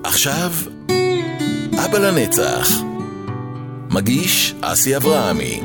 עכשיו, אבא לנצח. מגיש אסי אברהמי.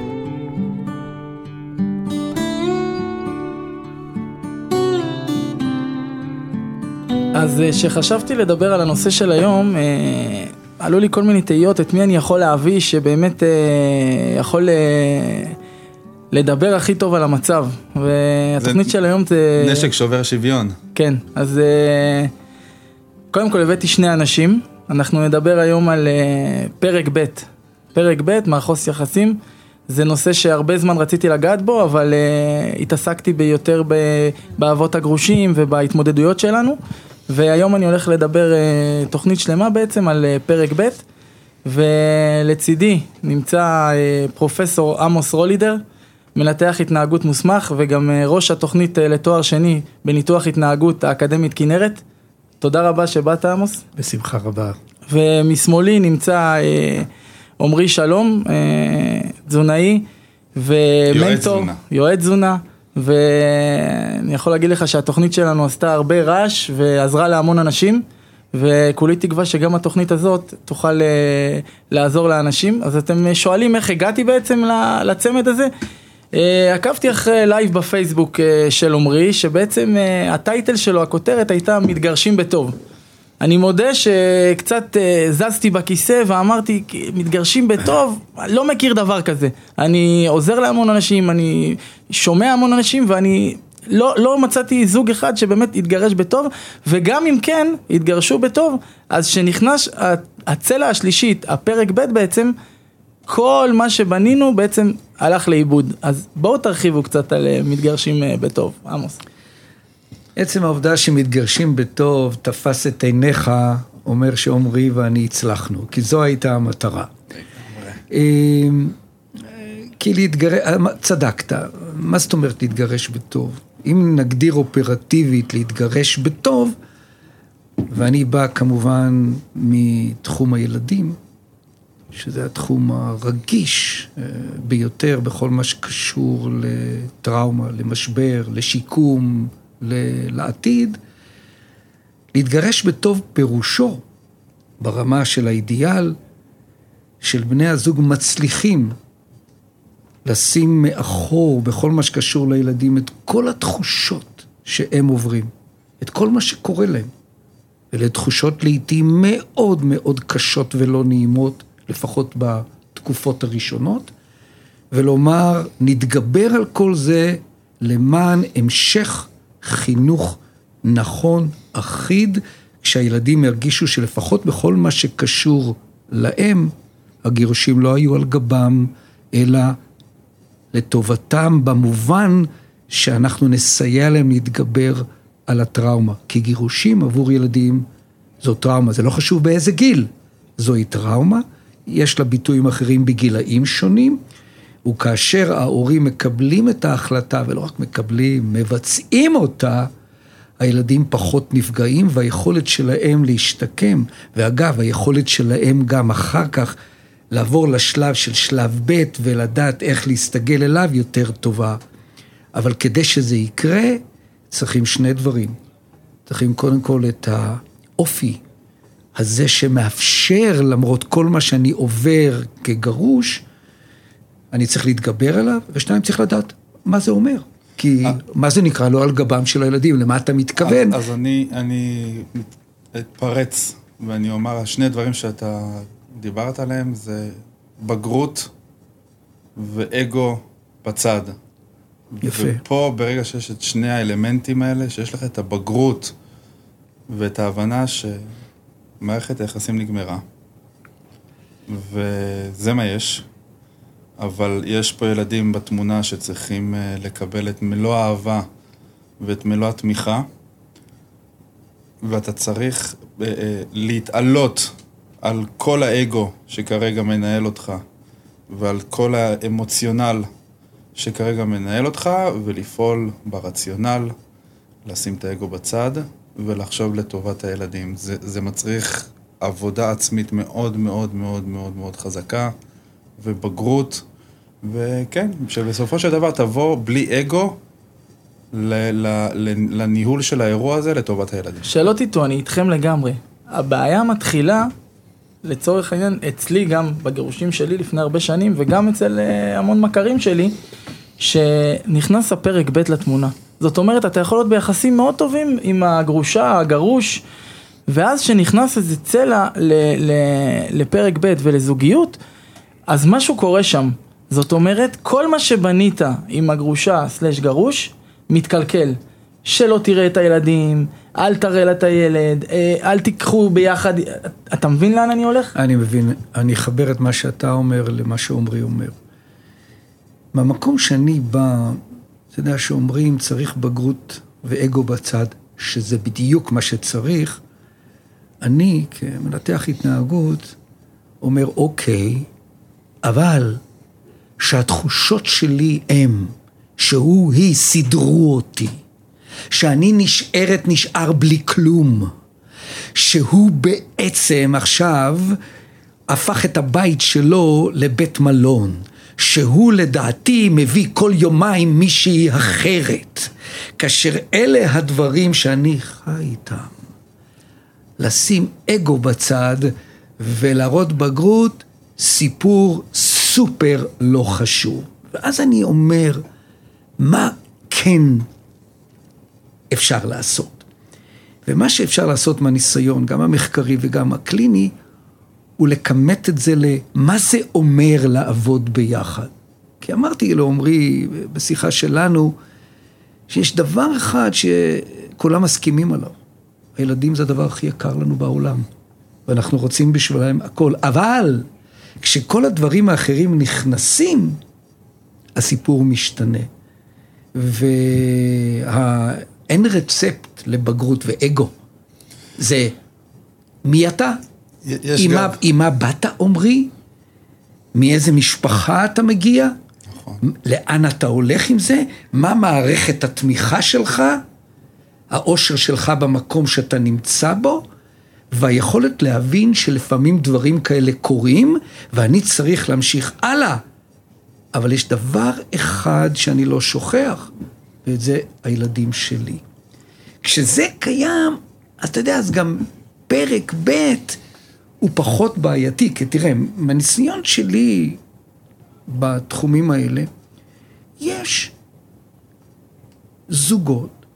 אז שחשבתי לדבר על הנושא של היום, עלו לי כל מיני תהיות את מי אני יכול להביא שבאמת יכול לדבר הכי טוב על המצב. והתוכנית של היום זה... נשק שובר שוויון. כן, אז קודם כל הבאתי שני אנשים. אנחנו נדבר היום על פרק ב'. פרק ב', מערכות יחסים. זה נושא שהרבה זמן רציתי לגעת בו, אבל התעסקתי ביותר באהבות הגרושים ובהתמודדויות שלנו. והיום אני הולך לדבר תוכנית שלמה בעצם על פרק ב', ולצידי נמצא פרופסור עמוס רולידר, מנתח התנהגות מוסמך, וגם ראש התוכנית לתואר שני בניתוח התנהגות האקדמית כנרת. תודה רבה שבאת עמוס. בשמחה רבה. ומשמאלי נמצא עומרי שלום, תזונאי ומנטור, יועץ תזונה. ואני יכול להגיד לך שהתוכנית שלנו עשתה הרבה רעש ועזרה להמון אנשים, וכולי תקווה שגם התוכנית הזאת תוכל לעזור לאנשים. אז אתם שואלים איך הגעתי בעצם לצמד הזה? עקבתי אחרי לייב בפייסבוק של עומרי, שבעצם הטייטל שלו, הכותרת הייתה מתגרשים בטוב. אני מודה שקצת זזתי בכיסא ואמרתי, מתגרשים בטוב, לא מכיר דבר כזה. אני עוזר להמון אנשים, אני שומע המון אנשים, ואני לא מצאתי זוג אחד שבאמת התגרש בטוב, וגם אם כן, התגרשו בטוב, אז שנכנס הצלע השלישית, הפרק ב' בעצם, כל מה שבנינו בעצם הלך לאיבוד. אז בואו תרחיבו קצת על מתגרשים בטוב, עמוס. עצם העובדה שמתגרשים בטוב, תפס את עיניך, אומר שעומרי ואני הצלחנו, כי זו הייתה המטרה. כי צדקת, מה זאת אומרת להתגרש בטוב? אם נגדיר אופרטיבית להתגרש בטוב, ואני בא כמובן מתחום הילדים, שזה התחום הרגיש ביותר בכל מה שקשור לטראומה, למשבר, לשיקום, לעתיד, להתגרש בטוב פירושו, ברמה של האידיאל, של בני הזוג מצליחים לשים מאחור בכל מה שקשור לילדים את כל התחושות שהם עוברים, את כל מה שקורה להם, אלה תחושות לעתים מאוד מאוד קשות ולא נעימות, לפחות בתקופות הראשונות, ולומר, נתגבר על כל זה למען המשך חינוך נכון, אחיד, כשהילדים ירגישו שלפחות בכל מה שקשור להם, הגירושים לא היו על גבם, אלא לטובתם במובן שאנחנו נסייע להם להתגבר על הטראומה. כי גירושים עבור ילדים זו טראומה, זה לא חשוב באיזה גיל, זוהי טראומה, יש לה ביטויים אחרים בגילאים שונים, וכאשר ההורים מקבלים את ההחלטה, ולא רק מקבלים, מבצעים אותה, הילדים פחות נפגעים, והיכולת שלהם להשתקם, ואגב, היכולת שלהם גם אחר כך, לעבור לשלב של שלב ב' ולדעת איך להסתגל אליו יותר טובה. אבל כדי שזה יקרה, צריכים שני דברים. צריכים קודם כל את האופי הזה שמאפשר, למרות כל מה שאני עובר כגרוש, אני צריך להתגבר עליו, ושניים צריך לדעת מה זה אומר. כי מה זה נקרא לא על גבם של הילדים, למה אתה מתכוון? אז אני אתפרץ, ואני אומר, שני דברים שאתה דיברת עליהם, זה בגרות ואגו בצד. יפה. ופה ברגע שיש את שני האלמנטים האלה, שיש לך את הבגרות ואת ההבנה שמערכת היחסים נגמרה. וזה מה יש. אבל יש פה ילדים בתמונה שצריכים לקבל את מלוא האהבה ואת מלוא התמיכה, ואתה צריך להתעלות על כל האגו שכרגע מנהל אותך, ועל כל האמוציונל שכרגע מנהל אותך, ולפעול ברציונל, לשים את האגו בצד, ולחשוב לטובת הילדים. זה מצריך עבודה עצמית מאוד מאוד מאוד מאוד מאוד חזקה, ובגרות, וכן, שבסופו של דבר תבוא בלי אגו לניהול של האירוע הזה לטובת הילדים. שלא תטעו, אני איתכם לגמרי. הבעיה מתחילה, לצורך העניין, אצלי גם בגירושים שלי לפני הרבה שנים, וגם אצל המון מכרים שלי, שנכנס הפרק ב' לתמונה. זאת אומרת, אתה יכול להיות ביחסים מאוד טובים עם הגרושה, הגרוש, ואז שנכנס איזה צלע לפרק ב' ולזוגיות, אז משהו קורה שם. זאת אומרת, כל מה שבנית עם הגרושה / גרוש, מתקלקל. שלא תראה את הילדים, אל תראה לה את הילד, אל תיקחו ביחד. אתה מבין לאן אני הולך? אני מבין, אני אחבר את מה שאתה אומר למה שעומרי אומר. מהמקום שאני בא, אתה יודע שאומרים צריך בגרות ואגו בצד, שזה בדיוק מה שצריך, אני כמנתח התנהגות אומר אוקיי, אבל שהתחושות שלי הם היא סידרו אותי, שאני נשאר בלי כלום, שהוא בעצם עכשיו הפך את הבית שלו לבית מלון, שהוא לדעתי מביא כל יומיים מישהי אחרת, כאשר אלה הדברים שאני חי איתם. לשים אגו בצד ולהראות בגרות, סיפור סופר לא חשוב. ואז אני אומר, מה כן אפשר לעשות? ומה שאפשר לעשות מהניסיון, גם המחקרי וגם הקליני, הוא לקמת את זה למה זה אומר לעבוד ביחד. כי אמרתי לעומרי בשיחה שלנו, שיש דבר אחד שכולם מסכימים עליו. הילדים זה הדבר הכי יקר לנו בעולם, ואנחנו רוצים בשבילם הכל. אבל כשכל הדברים האחרים נכנסים, הסיפור משתנה. ואין רצפט לבגרות ואגו. זה מי אתה? עם מה באת עומרי? מאיזה משפחה אתה מגיע? נכון. לאן אתה הולך עם זה? מה מערכת התמיכה שלך? האושר שלך במקום שאתה נמצא בו? והיכולת להבין שלפעמים דברים כאלה קורים, ואני צריך להמשיך הלאה. אבל יש דבר אחד שאני לא שוכח, ואת זה הילדים שלי. כשזה קיים, אז אתה יודע, אז גם פרק ב' הוא פחות בעייתי, כי תראה, מהניסיון שלי בתחומים האלה, יש זוגות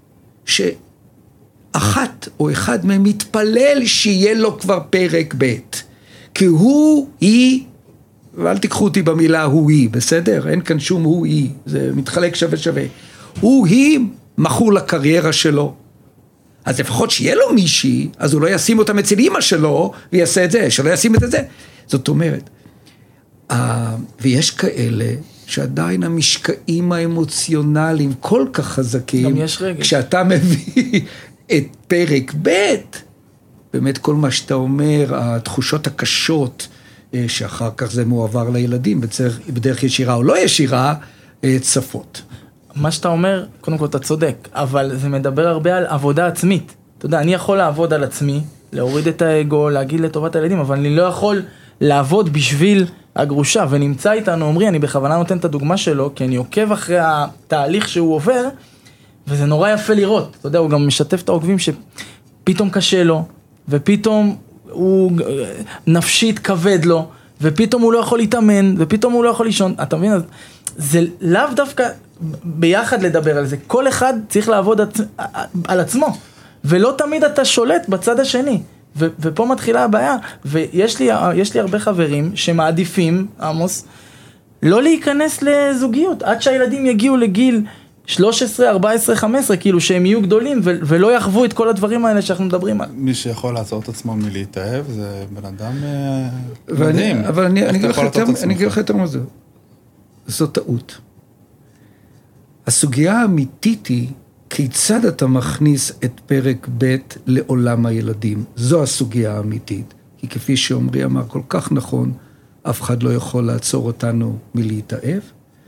שאחת או אחד מהם מתפלל שיהיה לו כבר פרק ב', כי היא, ואל תיקחו אותי במילה היא, בסדר? אין כאן שום היא, זה מתחלק שווה. היא מכור לקריירה שלו. אז לפחות שיהיה לו מישהי, אז הוא לא ישים אותם אצל אמא שלו, ויעשה את זה, שלא ישים את זה. זאת אומרת, ויש כאלה שעדיין המשקעים האמוציונליים כל כך חזקים, גם יש רגע. כשאתה מביא את פרק ב', באמת כל מה שאתה אומר, התחושות הקשות, שאחר כך זה מועבר לילדים, בדרך ישירה או לא ישירה, צפות. מה שאתה אומר, קודם כל אתה צודק, אבל זה מדבר הרבה על עבודה עצמית. אתה יודע, אני יכול לעבוד על עצמי, להוריד את האגו, להגיד לטובת הילדים, אבל אני לא יכול לעבוד בשביל הגרושה, ונמצא איתנו, אומרי, אני בכוונה נותן את הדוגמה שלו, כי אני עוקב אחרי התהליך שהוא עובר, וזה נורא יפה לראות. אתה יודע, הוא גם משתף את העוקבים שפתאום קשה לו, ופתאום הוא נפשית כבד לו, ופתאום הוא לא יכול להתאמן, ופתאום הוא לא יכול לישון. אתה מבין? זה לאו דווקא ביחד לדבר על זה. כל אחד צריך לעבוד על עצמו, ולא תמיד אתה שולט בצד השני. ופה מתחילה הבעיה, ויש לי הרבה חברים שמעדיפים, עמוס, לא להיכנס לזוגיות, עד שהילדים יגיעו לגיל 13, 14, 15, כאילו שהם יהיו גדולים, ולא יחוו את כל הדברים האלה שאנחנו מדברים עליהם. מי שיכול לעצור את עצמו מלהתאהב, זה בן אדם מדהים. אבל אני אגיד לך יותר מזה. זו טעות. הסוגיה האמיתית היא, כיצד אתה מכניס את פרק ב' לעולם הילדים? זו הסוגיה האמיתית. כי כפי שעומרי אמר כל כך נכון, אף אחד לא יכול לעצור אותנו מלהתאהב,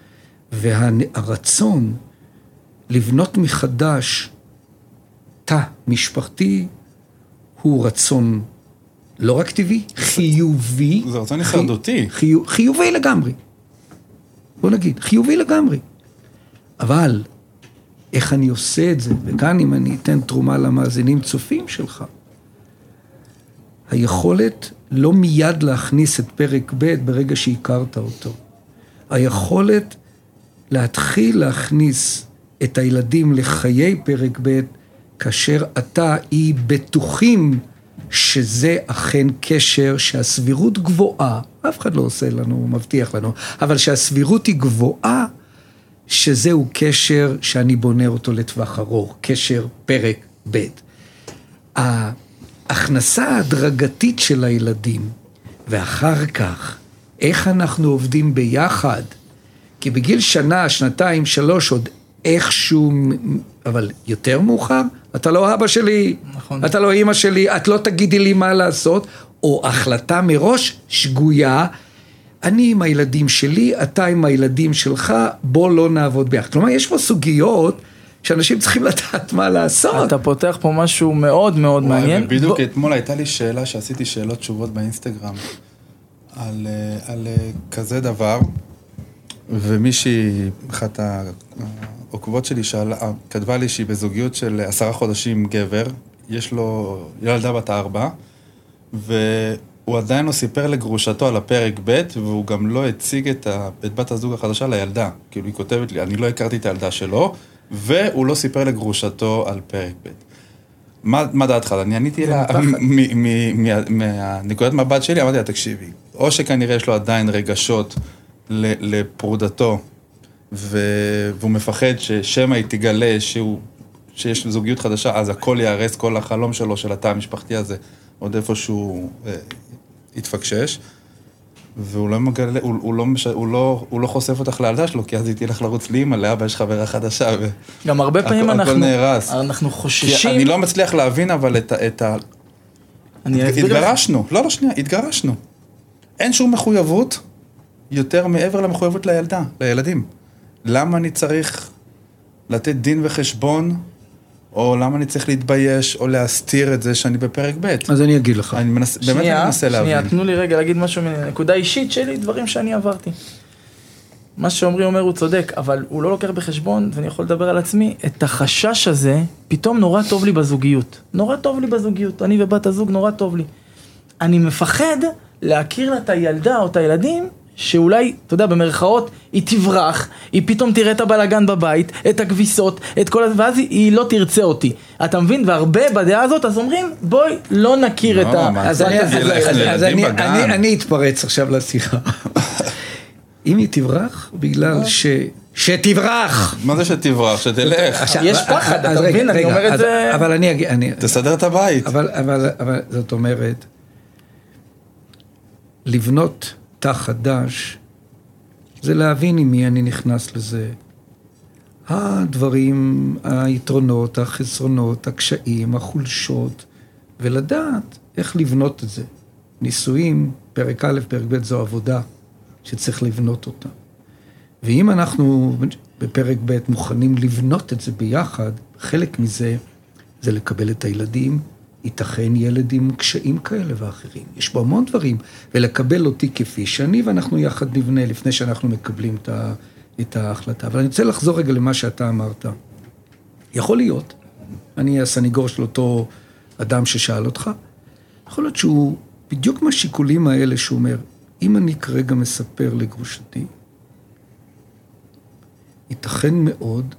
והרצון לבנות מחדש תא משפחתי הוא רצון לא רק טבעי, חיובי. זה רצון הישרדותי. חיובי לגמרי. בוא נגיד, חיובי לגמרי. אבל איך אני עושה את זה, וכאן אם אני אתן תרומה למאזינים צופים שלך, היכולת לא מיד להכניס את פרק ב' ברגע שהכרת אותו. היכולת להתחיל להכניס את הילדים לחיי פרק ב' כאשר אתה היא בטוחים שזה אכן קשר שהסבירות גבוהה, אף אחד לא עושה לנו, מבטיח לנו, אבל שהסבירות היא גבוהה, שזהו קשר שאני בונה אותו לטווח ארוך, קשר פרק ב'. ההכנסה ההדרגתית של הילדים, ואחר כך, איך אנחנו עובדים ביחד, כי בגיל שנה, שנתיים, 3, עוד איכשהו, אבל יותר מאוחר, אתה לא אבא שלי, נכון. אתה לא אמא שלי, את לא תגידי לי מה לעשות, או החלטה מראש שגויה, אני עם הילדים שלי, אתה עם הילדים שלך, בוא לא נעבוד ביחד. כלומר, יש פה סוגיות שאנשים צריכים לדעת מה לעשות. אתה פותח פה משהו מאוד מאוד מעניין. בדיוק אתמול הייתה לי שאלה, שעשיתי שאלות תשובות באינסטגרם, על כזה דבר, ומישהי, אחת העוקבות שלי, כתבה לי שהיא בזוגיות של 10 חודשים גבר, יש לו ילדה בת 4, והוא עדיין לא סיפר לגרושתו על הפרק ב', והוא גם לא הציג את בת הזוג החדשה לילדה. כאילו היא כותבת לי, אני לא הכרתי את הילדה שלו, והוא לא סיפר לגרושתו על פרק ב'. מה דעתך? אני עניתי לה, מהנקודת מבט שלי, אמרתי לה, תקשיבי, או שכנראה יש לו עדיין רגשות לפרודתו, והוא מפחד ששמה היא תגלה שיש זוגיות חדשה, אז הכל יערס, כל החלום שלו, של התא המשפחתי הזה, עוד איפשהו יתפקשש, והוא לא מגלה, הוא לא חושף אותך לילדה שלו, כי אז היא תלך לרוץ לאמא, לאבא יש חברה חדשה, גם הרבה פעמים אנחנו חוששים. אני לא מצליח להבין, אבל את ה... התגרשנו, לא, שנייה, התגרשנו. אין שום מחויבות יותר מעבר למחויבות לילדים. למה אני צריך לתת דין וחשבון, או למה אני צריך להתבייש, או להסתיר את זה שאני בפרק ב'? אז אני אגיד לך. באמת אני מנסה להבין. שנייה, תנו לי רגע להגיד משהו מנקודה אישית שלי, דברים שאני עברתי. מה שעומרי אומר הוא צודק, אבל הוא לא לוקח בחשבון, ואני יכול לדבר על עצמי, את החשש הזה, פתאום נורא טוב לי בזוגיות. נורא טוב לי בזוגיות. אני ובת הזוג נורא טוב לי. אני מפחד להכיר לה את הילדה או את הילדים, שאולי, אתה יודע, במרכאות, היא תברח, היא פתאום תראה את הבלגן בבית, את הכביסות, את כל הזה, ואז היא לא תרצה אותי. אתה מבין? והרבה בדעה הזאת, אז אומרים, בואי, לא נכיר את ה... אז אני אתפרץ עכשיו לשיחה. אם היא תברח, בגלל שתברח. מה זה שתברח? שתלך. יש פחד, אתה מבין? אני אומר את זה... אבל אני... תסדר את הבית. אבל זאת אומרת, לבנות תא חדש, זה להבין עם מי אני נכנס לזה. הדברים, היתרונות, החסרונות, הקשיים, החולשות, ולדעת איך לבנות את זה. ניסויים, פרק א', פרק ב', זו עבודה שצריך לבנות אותה. ואם אנחנו בפרק ב' מוכנים לבנות את זה ביחד, חלק מזה זה לקבל את הילדים, ייתכן ילד עם קשיים כאלה ואחרים. יש בו המון דברים, ולקבל אותי כפי שאני, ואנחנו יחד נבנה לפני שאנחנו מקבלים את ההחלטה. אבל אני רוצה לחזור רגע למה שאתה אמרת. יכול להיות, אני הסניגור של אותו אדם ששאל אותך, יכול להיות שהוא בדיוק מהשיקולים האלה שהוא אומר, אם אני כרגע מספר לגרושתי, ייתכן מאוד,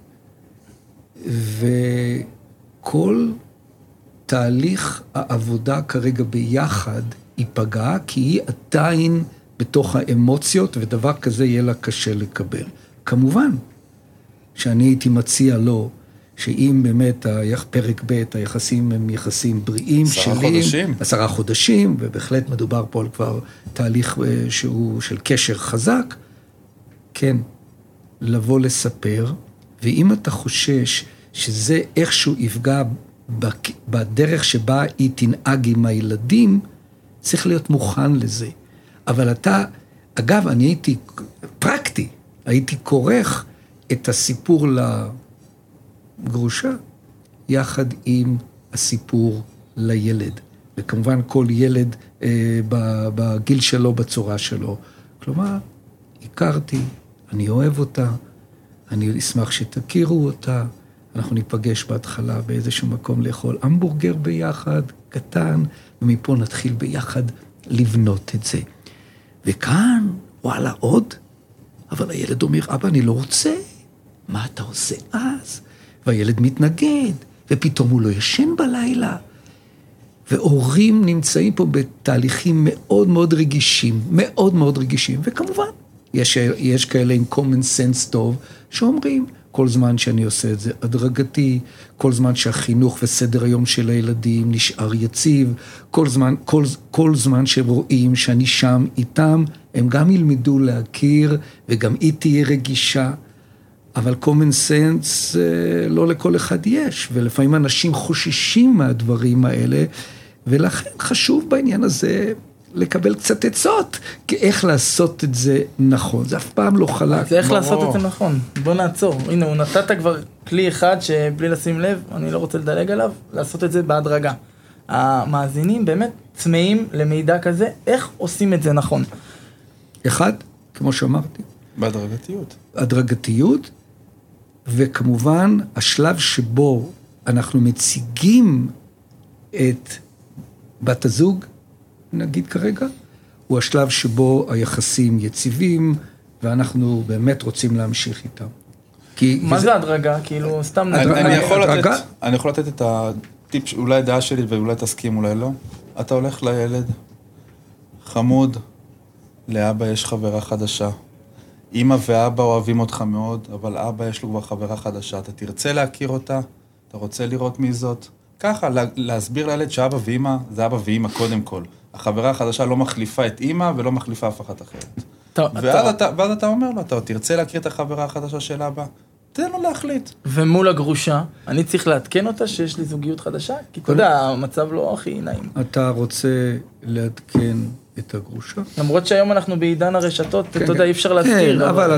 וכל תהליך העבודה כרגע ביחד ייפגע, כי היא עדיין בתוך האמוציות, ודבר כזה יהיה לה קשה לקבל. כמובן, שאני הייתי מציע לו, שאם באמת פרק ב' היחסים הם יחסים בריאים, 10 חודשים, ובהחלט מדובר פה על כבר תהליך שהוא של קשר חזק, כן, לבוא לספר, ואם אתה חושש שזה איכשהו יפגע בדרך שבה היא תנהג עם הילדים, צריך להיות מוכן לזה. אבל אתה, אגב, אני הייתי פרקטי, הייתי כורך את הסיפור לגרושה, יחד עם הסיפור לילד. וכמובן כל ילד בגיל שלו, בצורה שלו. כלומר, הכרתי, אני אוהב אותה, אני אשמח שתכירו אותה, אנחנו ניפגש בהתחלה באיזשהו מקום לאכול המבורגר ביחד, קטן, ומפה נתחיל ביחד לבנות את זה. וכאן, וואלה, עוד, אבל הילד אומר, אבא, אני לא רוצה. מה אתה עושה אז? והילד מתנגד, ופתאום הוא לא ישן בלילה. והורים נמצאים פה בתהליכים מאוד מאוד רגישים, מאוד מאוד רגישים, וכמובן, יש כאלה עם common sense טוב, שאומרים, כל זמן שאני עושה את זה הדרגתי, כל זמן שהחינוך וסדר היום של הילדים נשאר יציב, כל זמן שהם רואים שאני שם איתם, הם גם ילמדו להכיר, וגם היא תהיה רגישה, אבל common sense לא לכל אחד יש, ולפעמים אנשים חוששים מהדברים האלה, ולכן חשוב בעניין הזה לקבל קצת עצות, איך לעשות את זה נכון. זה אף פעם לא חלק. זה איך לעשות את זה נכון. בוא נעצור. הנה, הוא נתת כבר כלי אחד שבלי לשים לב, אני לא רוצה לדלג עליו, לעשות את זה בהדרגה. המאזינים באמת צמאים למידע כזה, איך עושים את זה נכון? אחד, כמו שאמרתי. בהדרגתיות. הדרגתיות, וכמובן השלב שבו אנחנו מציגים את בת הזוג, נגיד כרגע, הוא השלב שבו היחסים יציבים, ואנחנו באמת רוצים להמשיך איתם. מה זה הדרגה? כאילו, סתם אני יכול לתת את הטיפ, אולי דעה שלי, ואולי תסכים, אולי לא. אתה הולך לילד, חמוד, לאבא יש חברה חדשה. אמא ואבא אוהבים אותך מאוד, אבל אבא יש לו כבר חברה חדשה. אתה תרצה להכיר אותה, אתה רוצה לראות מי זאת. ככה, להסביר לילד שאבא ואמא, זה אבא ואמא קודם כל. החברה החדשה לא מחליפה את אמא ולא מחליפה אף אחת אחרת. ואז אתה אומר לו, אתה תרצה להכיר את החברה החדשה של אבא, תן לו להחליט. ומול הגרושה, אני צריך לעדכן אותה שיש לי זוגיות חדשה? כי אתה יודע, המצב לא הכי נעים. אתה רוצה לעדכן את הגרושה? למרות שהיום אנחנו בעידן הרשתות, אתה יודע, אי אפשר להסתיר. כן, אבל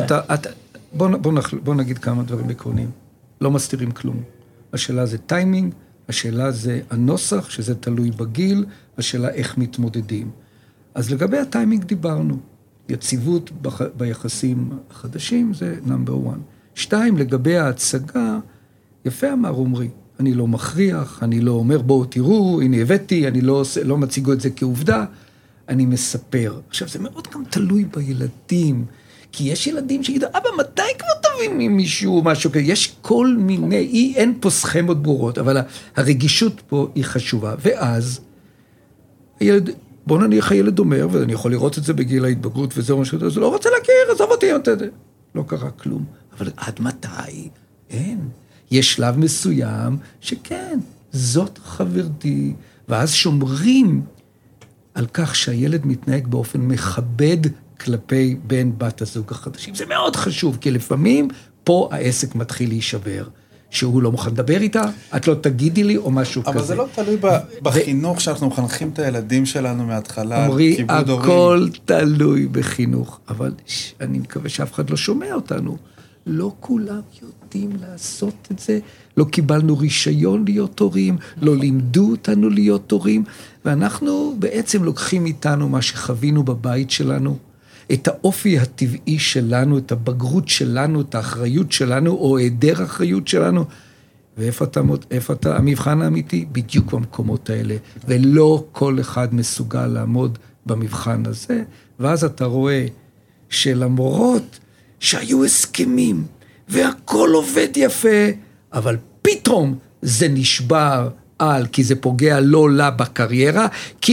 בוא נגיד כמה דברים עקרוניים. לא מסתירים כלום. השאלה זה טיימינג, השאלה זה הנוסח, שזה תלוי בגיל, השאלה איך מתמודדים. אז לגבי הטיימינג דיברנו. יציבות ביחסים החדשים זה נאמבר 1. 2, לגבי ההצגה, יפה אמר עומרי, אני לא מכריח, אני לא אומר בואו תראו, הנה הבאתי, אני לא מציגו את זה כעובדה, אני מספר. עכשיו זה מאוד גם תלוי בילדים, כי יש ילדים שיגידו, אבא מתי כבר תביא ממישהו משהו כזה, יש כל מיני, אין פה סכמות ברורות, אבל הרגישות פה היא חשובה, ואז הילד, בוא נניח הילד אומר, ואני יכול לראות את זה בגיל ההתבגרות וזה משהו, אז לא רוצה להכיר, עזוב אותי, לא קרה כלום. אבל עד מתי? אין. יש שלב מסוים שכן, זאת חברתי, ואז שומרים על כך שהילד מתנהג באופן מכבד כלפי בן בת הזוג החדשים. זה מאוד חשוב, כי לפעמים פה העסק מתחיל להישבר. שהוא לא מוכן לדבר איתה, את לא תגידי לי או משהו כזה. אבל זה לא תלוי בחינוך שאנחנו מחנכים את הילדים שלנו מההתחלה. אומרי, הכל תלוי בחינוך, אבל אני מקווה שאף אחד לא שומע אותנו. לא כולם יודעים לעשות את זה, לא קיבלנו רישיון להיות הורים, לא לימדו אותנו להיות הורים, ואנחנו בעצם לוקחים איתנו מה שחווינו בבית שלנו, את האופי הטבעי שלנו, את הבגרות שלנו, את האחריות שלנו, או היעדר האחריות שלנו, ואיפה אתה, המבחן האמיתי? בדיוק במקומות האלה, ולא כל אחד מסוגל לעמוד במבחן הזה, ואז אתה רואה שלמרות שהיו הסכמים, והכל עובד יפה, אבל פתאום זה נשבר כי זה פוגע לא לה בקריירה,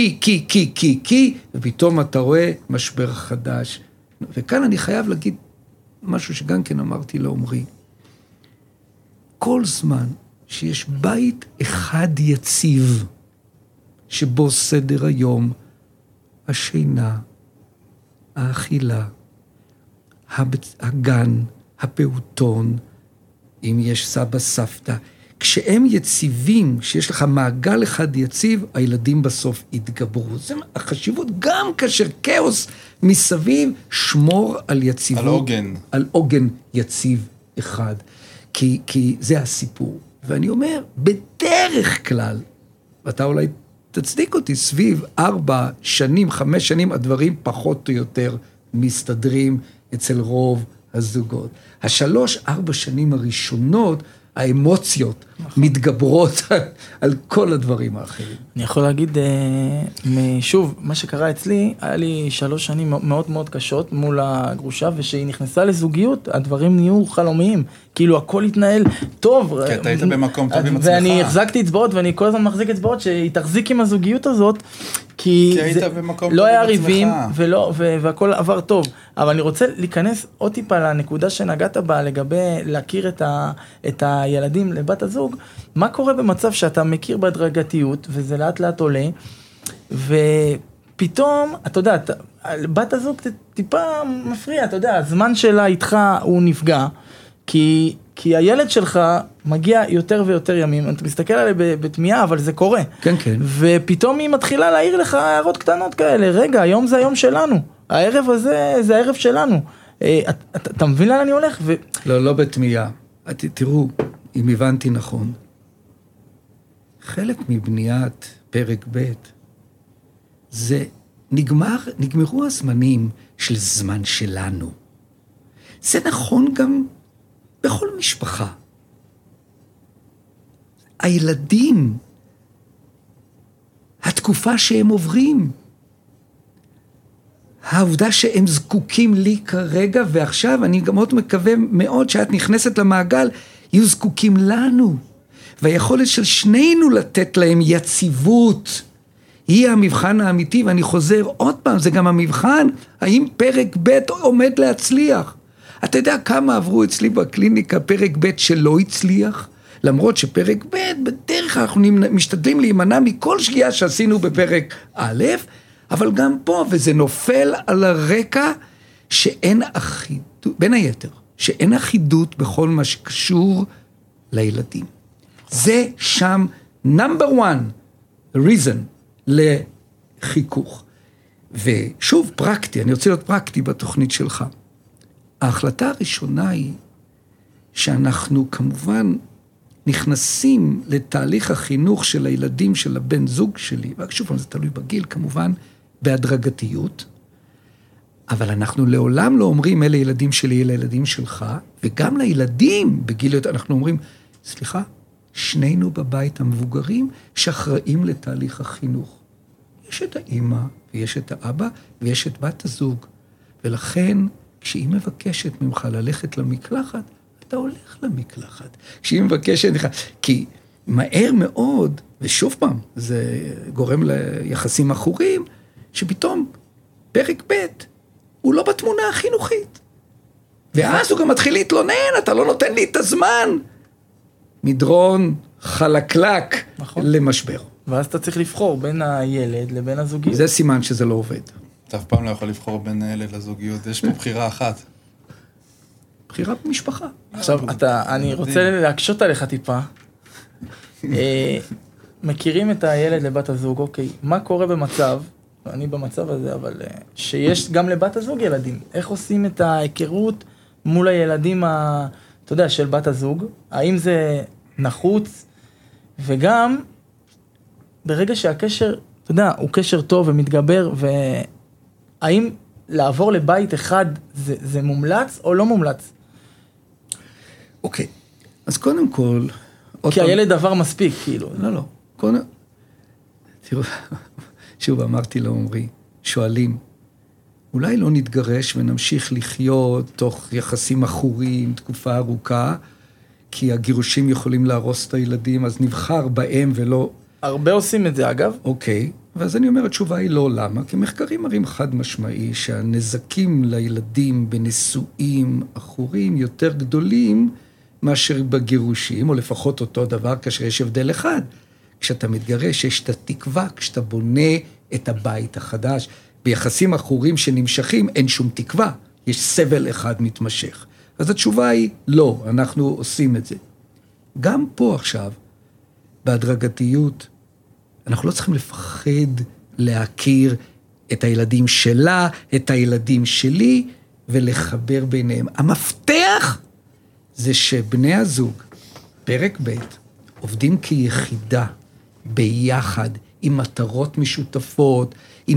כי, ופתאום אתה רואה משבר חדש. וכאן אני חייב להגיד משהו שגם כן אמרתי לעומרי. כל זמן שיש בית אחד יציב, שבו סדר היום, השינה, האכילה, הגן, הפעוטון, אם יש סבא סבתא, כשהם יציבים, שיש לך מעגל אחד יציב, הילדים בסוף יתגברו. זה החשיבות, גם כאשר כאוס מסביב, שמור על יציבות. על עוגן. על עוגן יציב אחד. כי זה הסיפור. ואני אומר, בדרך כלל, ואתה אולי תצדיק אותי, סביב 4 שנים, 5 שנים, הדברים פחות או יותר מסתדרים אצל רוב הזוגות. 3-4 שנים הראשונות, האמוציות מתגברות על כל הדברים האחרים. אני יכול להגיד, שוב, מה שקרה אצלי, היה לי 3 שנים מאוד מאוד קשות מול הגרושה, ושהיא נכנסה לזוגיות, הדברים נהיו חלומיים, כאילו הכל התנהל טוב. כי אתה היית במקום טוב עם עצמך. ואני החזקתי אצבעות, ואני כל הזמן מחזיק אצבעות, שהיא תחזיק עם הזוגיות הזאת, כי לא היה ריבים, והכל עבר טוב. אבל אני רוצה להיכנס עוד טיפה לנקודה שנגעת בה, לגבי להכיר את הילדים לבת הזוג, מה קורה במצב שאתה מכיר בהדרגתיות, וזה לאט לאט עולה, ופתאום, אתה יודע, בת הזוג טיפה מפריע, אתה יודע, הזמן שלה איתך הוא נפגע, כי הילד שלך מגיע יותר ויותר ימים, אתה מסתכל עליה בתמיעה, אבל זה קורה. כן, כן. ופתאום היא מתחילה להעיר לך הערות קטנות כאלה, רגע, היום זה היום שלנו, הערב הזה זה הערב שלנו. אתה מבין לאן אני הולך? לא בתמיעה. תראו, אם הבנתי נכון, חלק מבניית פרק ב' זה נגמרו הזמנים של זמן שלנו. זה נכון גם בכל משפחה. הילדים, התקופה שהם עוברים, העובדה שהם זקוקים לי כרגע, ועכשיו אני גם מאוד מקווה מאוד שאת נכנסת למעגל, יהיו זקוקים לנו. והיכולת של שנינו לתת להם יציבות, היא המבחן האמיתי, ואני חוזר עוד פעם, זה גם המבחן, האם פרק ב' עומד להצליח. אתה יודע כמה עברו אצלי בקליניקה פרק ב' שלא הצליח? למרות שפרק ב' בדרך אנחנו משתדלים להימנע מכל שגיאה שעשינו בפרק א', אבל גם פה, וזה נופל על הרקע שאין אחידות, בין היתר, שאין אחידות בכל מה שקשור לילדים. זה שם number one reason לחיכוך. ושוב, פרקטי, אני רוצה להיות פרקטי בתוכנית שלך. ההחלטה הראשונה היא שאנחנו כמובן נכנסים לתהליך החינוך של הילדים של הבן זוג שלי, ושוב, זה תלוי בגיל כמובן, בהדרגתיות, אבל אנחנו לעולם לא אומרים, אלה ילדים שלי, אלה ילדים שלך, וגם לילדים בגיל, אנחנו אומרים, סליחה, שנינו בבית המבוגרים שאחראים לתהליך החינוך. יש את האמא, ויש את האבא, ויש את בת הזוג, ולכן, כשהיא מבקשת ממך ללכת למקלחת, אתה הולך למקלחת. כשהיא מבקשת, כי מהר מאוד, ושוב פעם, זה גורם ליחסים אחורים, שפתאום פרק ב' הוא לא בתמונה החינוכית. ואז הוא גם מתחיל להתלונן, אתה לא נותן לי את הזמן. מדרון חלקלק למשבר. ואז אתה צריך לבחור בין הילד לבין הזוגיות. זה סימן שזה לא עובד. אתה אף פעם לא יכול לבחור בין הילד לזוגיות, יש פה בחירה אחת. בחירה במשפחה. עכשיו, אני רוצה להקשות עליך טיפה. מכירים את הילד לבת הזוג, אוקיי, מה קורה במצב, אני במצב הזה, אבל שיש גם לבת הזוג ילדים, איך עושים את ההיכרות מול הילדים, אתה יודע, של בת הזוג, האם זה נחוץ, וגם ברגע שהקשר, אתה יודע, הוא קשר טוב ומתגבר, והאם לעבור לבית אחד זה מומלץ או לא מומלץ? אוקיי, אז קודם כל... כי הילד עבר מספיק, כאילו. לא. תראו, שוב אמרתי לעומרי, שואלים, אולי לא נתגרש ונמשיך לחיות תוך יחסים אחורים, תקופה ארוכה, כי הגירושים יכולים להרוס את הילדים, אז נבחר בהם ולא... הרבה עושים את זה, אגב. אוקיי, ואז אני אומר, התשובה היא לא, למה? כי מחקרים מראים חד משמעי שהנזקים לילדים בנישואים אחורים יותר גדולים מאשר בגירושים, או לפחות אותו דבר כאשר יש הבדל אחד. כשאתה מתגרש, יש את התקווה, כשאתה בונה את הבית החדש. ביחסים אחורים שנמשכים, אין שום תקווה. יש סבל אחד מתמשך. אז התשובה היא, לא, אנחנו עושים את זה. גם פה עכשיו, בהדרגתיות, אנחנו לא צריכים לפחד להכיר את הילדים שלה, את הילדים שלי, ולחבר ביניהם. המפתח זה שבני הזוג, פרק ב', עובדים כיחידה, ביחד, עם מטרות משותפות, עם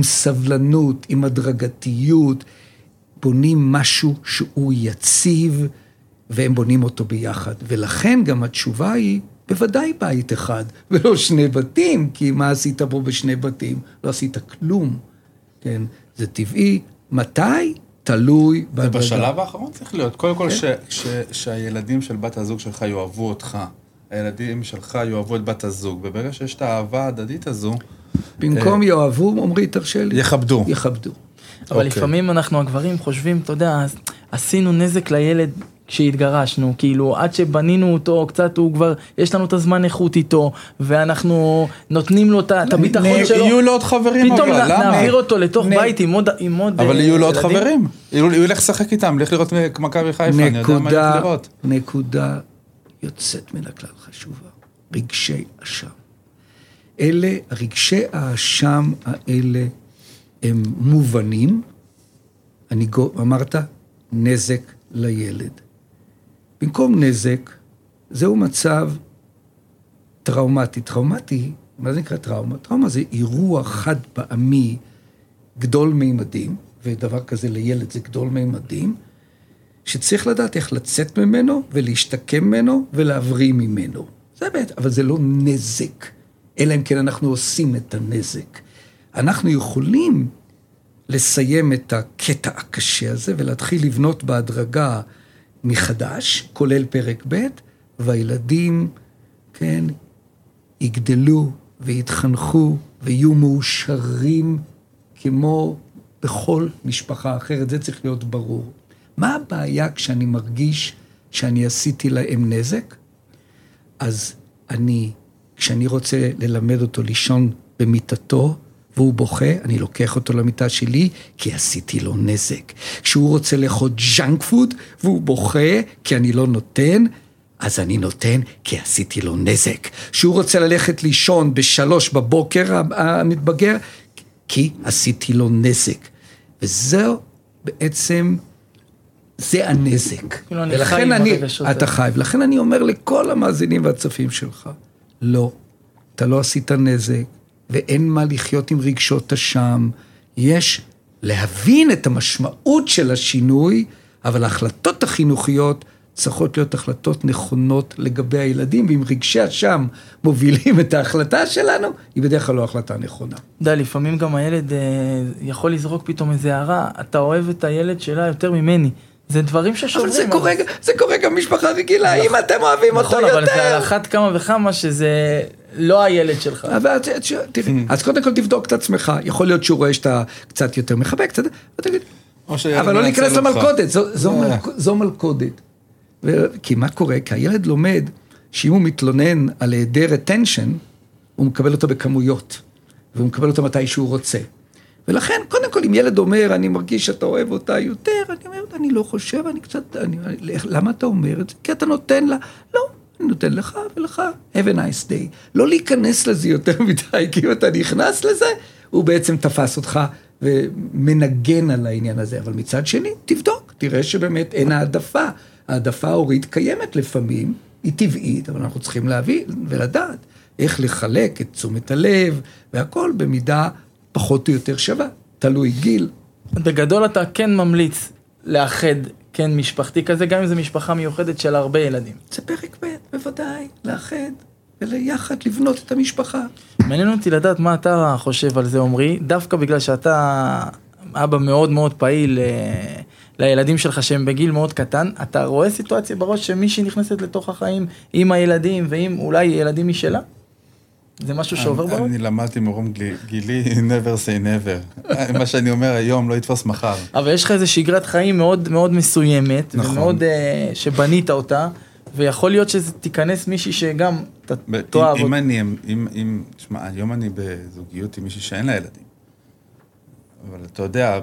סבלנות, עם הדרגתיות, בונים משהו שהוא יציב, והם בונים אותו ביחד. ולכן גם התשובה היא, בוודאי בית אחד, ולא 2 בתים, כי מה עשית פה ב2 בתים? לא עשית כלום. כן, זה טבעי. מתי? תלוי בהדרגה. בשלב האחרון צריך להיות. קודם כל שהילדים של בת הזוג שלך יאהבו אותך. הילדים שלך יאהבו את בת הזוג. וברגע שיש את האהבה ההדדית הזו... במקום יאהבו, אומרי, תרשה לי. יכבדו. אבל לפעמים אנחנו הגברים חושבים, אתה יודע, עשינו נזק לילד כשהתגרשנו, כאילו עד שבנינו אותו קצת, הוא כבר, יש לנו את הזמן איכות איתו, ואנחנו נותנים לו את הביטחון שלו. יהיו לו עוד חברים, פתאום נעביר אותו לתוך בית עם עוד אבל יהיו לו עוד חברים. הוא ילך לשחק איתם, ילך לראות מכבי חיפה, אני יודע מה ילך לראות. נקודה יוצאת מן הכלל חשובה. רגשי אשם. רגשי האשם האלה הם מובנים, אמרת, נזק לילד. במקום נזק, זהו מצב טראומטי. טראומטי, מה זה נקרא טראומה? טראומה זה אירוע חד פעמי גדול מימדים, ודבר כזה לילד זה גדול מימדים, שצריך לדעת איך לצאת ממנו ולהשתקם ממנו ולהבריא ממנו. זה באמת, אבל זה לא נזק, אלא אם כן אנחנו עושים את הנזק. אנחנו יכולים לסיים את הקטע הקשה הזה ולהתחיל לבנות בהדרגה מחדש, כולל פרק ב', והילדים, כן, יגדלו ויתחנכו ויהיו מאושרים כמו בכל משפחה אחרת. זה צריך להיות ברור. מה הבעיה כשאני מרגיש שאני עשיתי להם נזק? אז כשאני רוצה ללמד אותו לישון במיטתו, והוא בוכה, אני לוקח אותו למיטה שלי, כי עשיתי לו נזק. כשהוא רוצה לאכול ג'אנק פוד, והוא בוכה, כי אני לא נותן, אז אני נותן, כי עשיתי לו נזק. כשהוא רוצה ללכת לישון ב3 בבוקר, המתבגר, כי עשיתי לו נזק. וזהו בעצם, זה הנזק. ולכן אתה חי. ולכן אני אומר לכל המאזינים והצופים שלך, לא, אתה לא עשית נזק, ואין מה לחיות עם רגשות אשם. יש להבין את המשמעות של השינוי, אבל ההחלטות החינוכיות צריכות להיות החלטות נכונות לגבי הילדים, ואם רגשי אשם מובילים את ההחלטה שלנו, היא בדרך כלל לא החלטה נכונה. לפעמים גם הילד יכול לזרוק פתאום איזה הערה, אתה אוהב את הילד שלה יותר ממני. זה דברים ששוברים. אבל זה קורה גם משפחה רגילה, אם אתם אוהבים אותו יותר. נכון, אבל זה על אחת כמה וכמה שזה לא הילד שלך. אבל תראי, אז קודם כל תבדוק את עצמך, יכול להיות שהוא רואה שאתה קצת יותר מחבק, קצת, אבל לא להיכנס למלכודת, זו מלכודת. כי מה קורה? כי הילד לומד שאם הוא מתלונן על היעדר attention, הוא מקבל אותו בכמויות, והוא מקבל אותו מתי שהוא רוצה. ולכן, קודם כל, אם ילד אומר, אני מרגיש שאתה אוהב אותה יותר, אני אומר, אני לא חושב, למה אתה אומר את זה? כי אתה נותן לה, לא, אני נותן לך ולך, have a nice day. לא להיכנס לזה יותר מדי, כי אם אתה נכנס לזה, הוא בעצם תפס אותך ומנגן על העניין הזה. אבל מצד שני, תבדוק, תראה שבאמת אין העדפה. העדפה ההורית קיימת לפעמים, היא טבעית, אבל אנחנו צריכים להבין ולדעת איך לחלק את תשומת הלב, והכל במידה פחות או יותר שווה, תלוי גיל. בגדול אתה כן ממליץ לאחד כן משפחתי כזה, גם אם זו משפחה מיוחדת של הרבה ילדים. זה פרק ב', בוודאי, לאחד וליחד לבנות את המשפחה. מעניין אותי לדעת מה אתה חושב על זה, עומרי, דווקא בגלל שאתה אבא מאוד מאוד פעיל לילדים שלך שהם בגיל מאוד קטן, אתה רואה סיטואציה בראש שמישהי נכנסת לתוך החיים עם הילדים ועם אולי ילדים משלה? זה משהו שעובר בראש? אני למדתי מרום גילי, never say never. מה שאני אומר היום לא יתפוס מחר. אבל יש לך איזו שגרת חיים מאוד מאוד מסוימת, ומאוד שבנית אותה, ויכול להיות שזה תיכנס מישהי שגם תאהב. תשמע, היום אני בזוגיות עם מישהי שאין לה ילדים. אבל אתה יודע,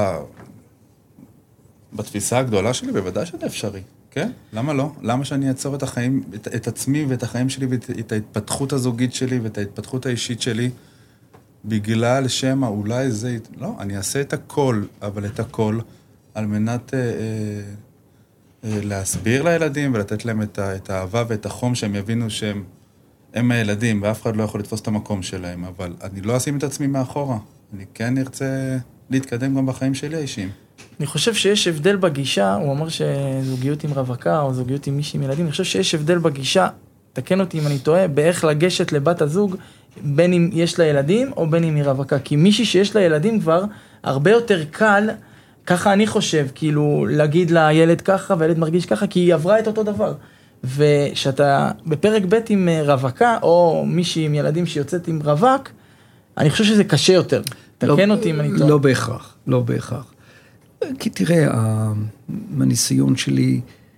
בתפיסה הגדולה שלי, בוודאי שזה אפשרי. כן? למה לא? למה שאני אעצור את החיים, את עצמי ואת החיים שלי ואת ההתפתחות הזוגית שלי ואת ההתפתחות האישית שלי בגלל שמה אולי זה... לא, אני אעשה את הכל, אבל את הכל על מנת להסביר לילדים ולתת להם את האהבה ואת החום שהם יבינו שהם הילדים ואף אחד לא יכול לתפוס את המקום שלהם, אבל אני לא אשים את עצמי מאחורה. אני כן ארצה להתקדם גם בחיים שלי האישיים. אני חושב שיש הבדל בגישה, הוא אמר שזוגיות עם רווקה או זוגיות עם מישהי עם ילדים, אני חושב שיש הבדל בגישה, תקן אותי אם אני טועה, באיך לגשת לבת הזוג, בין אם יש לה ילדים או בין אם היא רווקה, כי מישהי שיש לה ילדים כבר הרבה יותר קל, ככה אני חושב, כאילו להגיד לילד ככה והילד מרגיש ככה, כי היא עברה את אותו דבר. ושאתה בפרק ב' עם רווקה, או מישהי עם ילדים שיוצאת עם רווק, אני חושב שזה קשה יותר. תקן אותי אם אני טועה. לא בהכרח, לא בהכרח. כי תראה, מהניסיון שלי,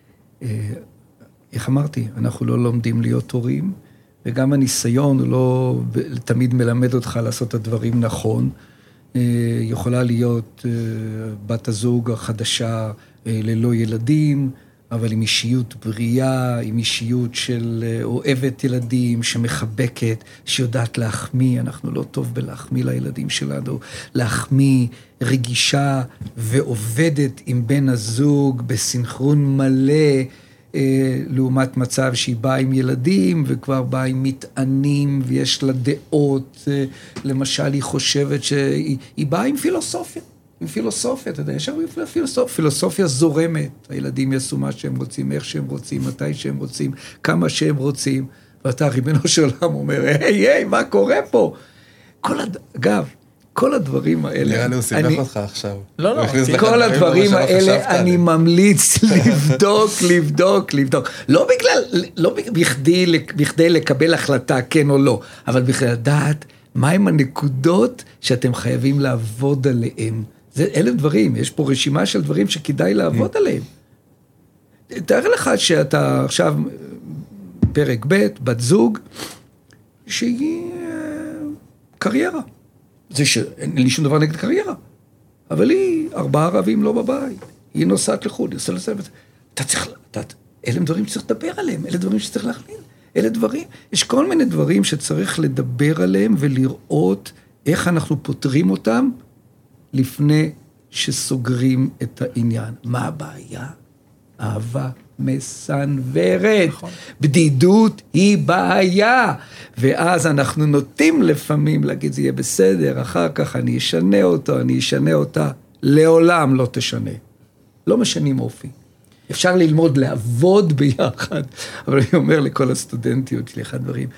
איך אמרתי, אנחנו לא לומדים להיות הורים, וגם הניסיון הוא לא תמיד מלמד אותך לעשות את הדברים נכון. יכולה להיות בת הזוג החדשה ללא ילדים, אבל עם אישיות בריאה, עם אישיות של אוהבת ילדים, שמחבקת, שיודעת להחמיא, אנחנו לא טוב בלהחמיא לילדים שלנו, להחמיא, רגישה ועובדת עם בן הזוג בסינכרון מלא, לעומת מצב שהיא באה עם ילדים וכבר באה עם מטענים ויש לה דעות, למשל היא חושבת שהיא באה עם פילוסופיה. עם פילוסופיה, אתה יודע, יש הרבה פילוסופיה זורמת, הילדים יעשו מה שהם רוצים, איך שהם רוצים, מתי שהם רוצים, כמה שהם רוצים, ואתה ריבונו של עולם אומר, היי, מה קורה פה? אגב, כל הדברים האלה... נראה לי הוא סיבך אותך עכשיו. לא, כל הדברים האלה אני ממליץ לבדוק. לא בכדי לקבל החלטה, כן או לא, אבל בכדי לדעת מהם הנקודות שאתם חייבים לעבוד עליהם. אלה דברים, יש פה רשימה של דברים שכדאי לעבוד עליהם. תאר לך שאתה עכשיו פרק ב', בת זוג, שהיא קריירה. אין לי שום דבר נגד קריירה, אבל היא 4 ערבים לא בבית, היא נוסעת לחו"ל, היא עושה לסבב. אלה דברים שצריך לדבר עליהם, אלה דברים שצריך להכליל, אלה דברים, יש כל מיני דברים שצריך לדבר עליהם ולראות איך אנחנו פותרים אותם לפני שסוגרים את העניין. מה הבעיה? אהבה מסנוורת. נכון. בדידות היא בעיה. ואז אנחנו נוטים לפעמים להגיד, זה יהיה בסדר, אחר כך אני אשנה אותו, אני אשנה אותה. לעולם לא תשנה. לא משנים אופי. אפשר ללמוד לעבוד ביחד. אבל אני אומר לכל הסטודנטיות שלי, אחד דברים.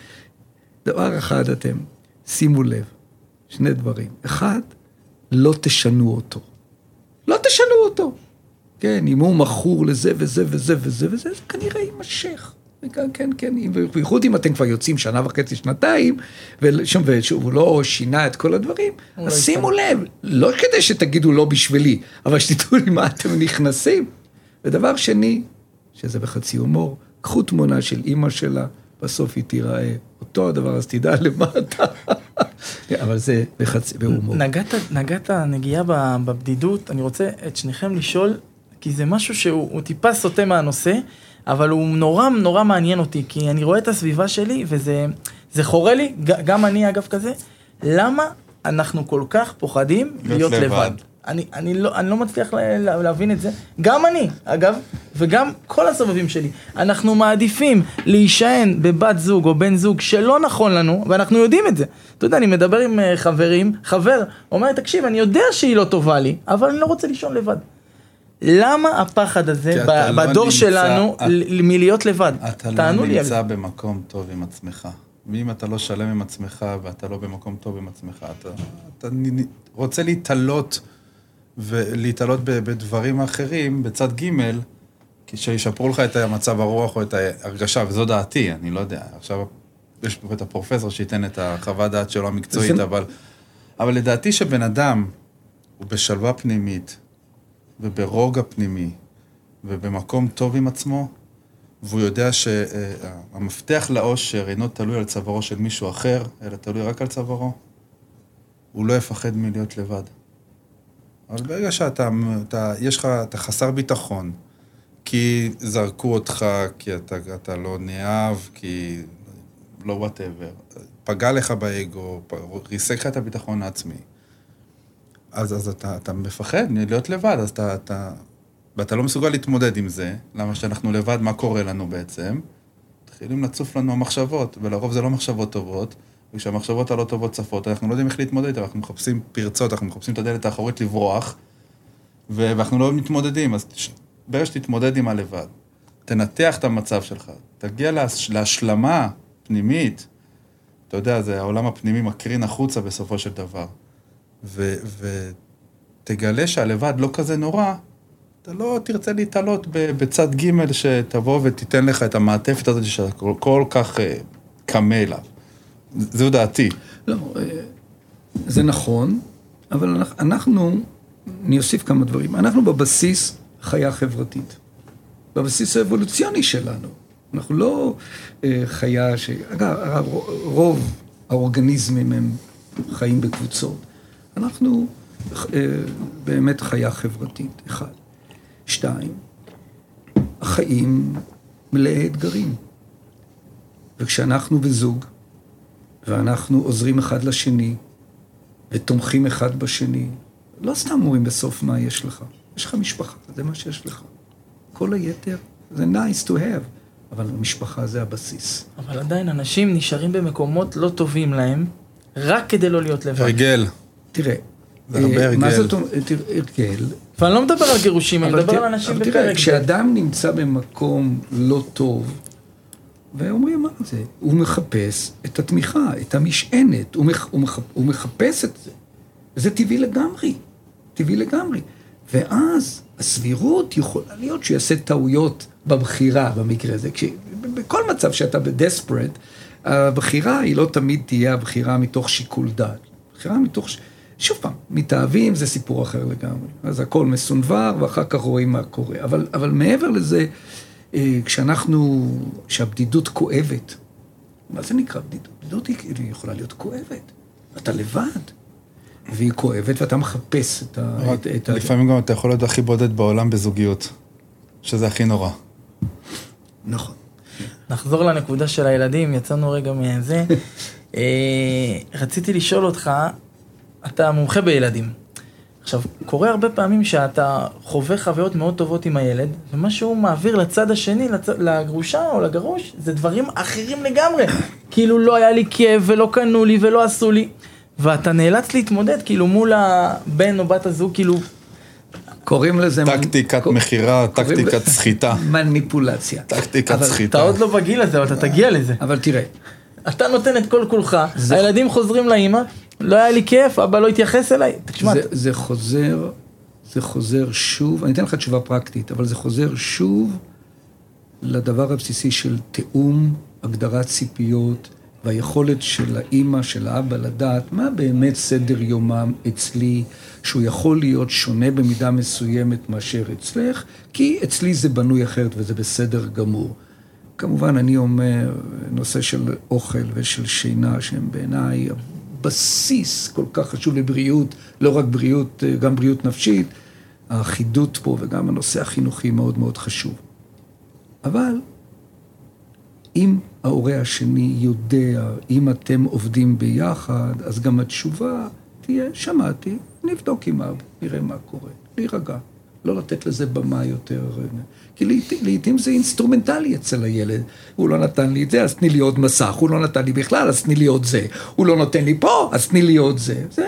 דבר אחד אתם, שימו לב, 2 דברים. אחד, לא תשנו אותו. לא תשנו אותו. כן, אם הוא מכור לזה וזה וזה וזה וזה, זה כנראה יימשך. כן, בייחוד אם אתם כבר יוצאים 1.5 שנתיים, והוא לא שינה את כל הדברים, אז שימו לב, לא כדי שתגידו לא בשבילי, אבל שתדעו לי מה אתם נכנסים. ודבר שני, שזה בחצי הומור, קחו תמונה של אמא שלה, בסוף היא תיראה אותו הדבר, אז תדע למטה. אבל זה בהומור. נגעת נגיעה בבדידות, אני רוצה את שניכם לשאול, כי זה משהו שהוא טיפה סוטה מהנושא, אבל הוא נורא מעניין אותי, כי אני רואה את הסביבה שלי, וזה חורה לי, גם אני אגב כזה, למה אנחנו כל כך פוחדים להיות לבד? אני לא מצליח להבין את זה, גם אני, אגב, וגם כל הסובבים שלי, אנחנו מעדיפים להישען בבת זוג או בן זוג שלא נכון לנו, ואנחנו יודעים את זה. אתה יודע, אני מדבר עם חברים, חבר אומר, תקשיב, אני יודע שהיא לא טובה לי, אבל אני לא רוצה לישון לבד. למה הפחד הזה בדור שלנו מלהיות לבד? אתה לא נמצא במקום טוב עם עצמך. ואם אתה לא שלם עם עצמך ואתה לא במקום טוב עם עצמך, אתה רוצה להתעלות ולהתעלות בדברים אחרים, בצד ג' שישפרו לך את המצב הרוח או את ההרגשה, וזו דעתי, אני לא יודע. עכשיו יש פה את הפרופסור שייתן את החוות דעת שלו המקצועית, אבל לדעתי שבן אדם הוא בשלווה פנימית, וברוגע פנימי, ובמקום טוב עם עצמו, והוא יודע שהמפתח לאושר אינו תלוי על צווארו של מישהו אחר, אלא תלוי רק על צווארו, הוא לא יפחד מלהיות לבד. אבל ברגע שאתה חסר ביטחון, כי זרקו אותך, כי אתה לא נאהב, כי לא whatever, פגע לך באגו, ריסק לך את הביטחון העצמי, אז אתה מפחד להיות לבד, אז ואתה לא מסוגל להתמודד עם זה, למה שאנחנו לבד, מה קורה לנו בעצם? מתחילים לצוף לנו המחשבות, ולרוב זה לא מחשבות טובות, וכשהמחשבות הלא טובות צפות, אנחנו לא יודעים איך להתמודד, אנחנו מחפשים פרצות, אנחנו מחפשים את הדלת האחורית לברוח, ואנחנו לא מתמודדים, אז ברגע שתתמודד עם הלבד, תנתח את המצב שלך, תגיע להשלמה פנימית, אתה יודע, זה העולם הפנימי מקרין החוצה בסופו של דבר, ותגלה שהלבד לא כזה נורא, אתה לא תרצה להתעלות בצד ג' שתבוא ותיתן לך את המעטפת הזאת שאתה כל כך קמה אליו. זו דעתי. לא, זה נכון, אבל אנחנו, אני אוסיף כמה דברים, אנחנו בבסיס חיה חברתית. בבסיס האבולוציוני שלנו. אנחנו לא חיה אגב, רוב האורגניזמים הם חיים בקבוצות. אנחנו באמת חיה חברתית, 1. 2, החיים מלאי אתגרים. וכשאנחנו בזוג, ואנחנו עוזרים אחד לשני, ותומכים אחד בשני, לא סתם אומרים בסוף מה יש לך. יש לך משפחה, זה מה שיש לך. כל היתר זה nice to have, אבל המשפחה זה הבסיס. אבל עדיין אנשים נשארים במקומות לא טובים להם, רק כדי לא להיות לבד. הרגל. תראה, זה הרבה הרגל. מה זאת אומרת, הרגל? ואני לא מדבר על גירושים, אני מדבר על אנשים בפרק. תראה, כשאדם נמצא במקום לא טוב, ואומרים מה זה, הוא מחפש את התמיכה, את המשענת, הוא מחפש את זה. וזה טבעי לגמרי, טבעי לגמרי. ואז הסבירות יכולה להיות שהוא יעשה טעויות בבחירה במקרה הזה. בכל מצב שאתה בדספרט, הבחירה היא לא תמיד תהיה הבחירה מתוך שיקול דעת. הבחירה מתוך, שוב פעם, מתאהבים זה סיפור אחר לגמרי. אז הכל מסונבר ואחר כך רואים מה קורה. אבל מעבר לזה, כשהבדידות כואבת, מה זה נקרא בדידות? בדידות היא יכולה להיות כואבת. אתה לבד. והיא כואבת, ואתה מחפש את לפעמים גם אתה יכול להיות הכי בודד בעולם בזוגיות, שזה הכי נורא. נכון. נחזור לנקודה של הילדים, יצאנו רגע מזה. רציתי לשאול אותך, אתה מומחה בילדים. עכשיו, קורה הרבה פעמים שאתה חווה חוויות מאוד טובות עם הילד, ומה שהוא מעביר לצד השני, לגרושה או לגרוש, זה דברים אחרים לגמרי. כאילו לא היה לי כאב ולא קנו לי ולא עשו לי. ואתה נאלץ להתמודד, כאילו מול הבן או בת הזוג, כאילו... קוראים לזה... טקטיקת מחירה, טקטיקת סחיטה. מניפולציה. טקטיקת סחיטה. אתה עוד לא בגיל הזה, אבל אתה תגיע לזה. אבל תראה. אתה נותן את כל כולך, הילדים חוזרים לאמא, לא היה לי כיף, אבא לא התייחס אליי. זה חוזר שוב, אני אתן לך תשובה פרקטית, אבל זה חוזר שוב לדבר הבסיסי של תאום, הגדרת ציפיות, והיכולת של האמא, של האבא לדעת מה באמת סדר יומם אצלי, שהוא יכול להיות שונה במידה מסוימת מאשר אצלך, כי אצלי זה בנוי אחרת וזה בסדר גמור. כמובן אני אומר, נושא של אוכל ושל שינה, שהם בעיניי הבסיס כל כך חשוב לבריאות, לא רק בריאות, גם בריאות נפשית, האחידות פה וגם הנושא החינוכי מאוד מאוד חשוב. אבל אם ההורה השני יודע, אם אתם עובדים ביחד, אז גם התשובה תהיה, שמעתי, נבדוק עם אבא, נראה מה קורה, להירגע, לא לתת לזה במה יותר, כי לעתים זה אינסטרומנטלי אצל הילד, הוא לא נתן לי את זה, אז תני לי עוד מסך, הוא לא נתן לי בכלל, אז תני לי עוד זה, הוא לא נותן לי פה, אז תני לי עוד זה, זה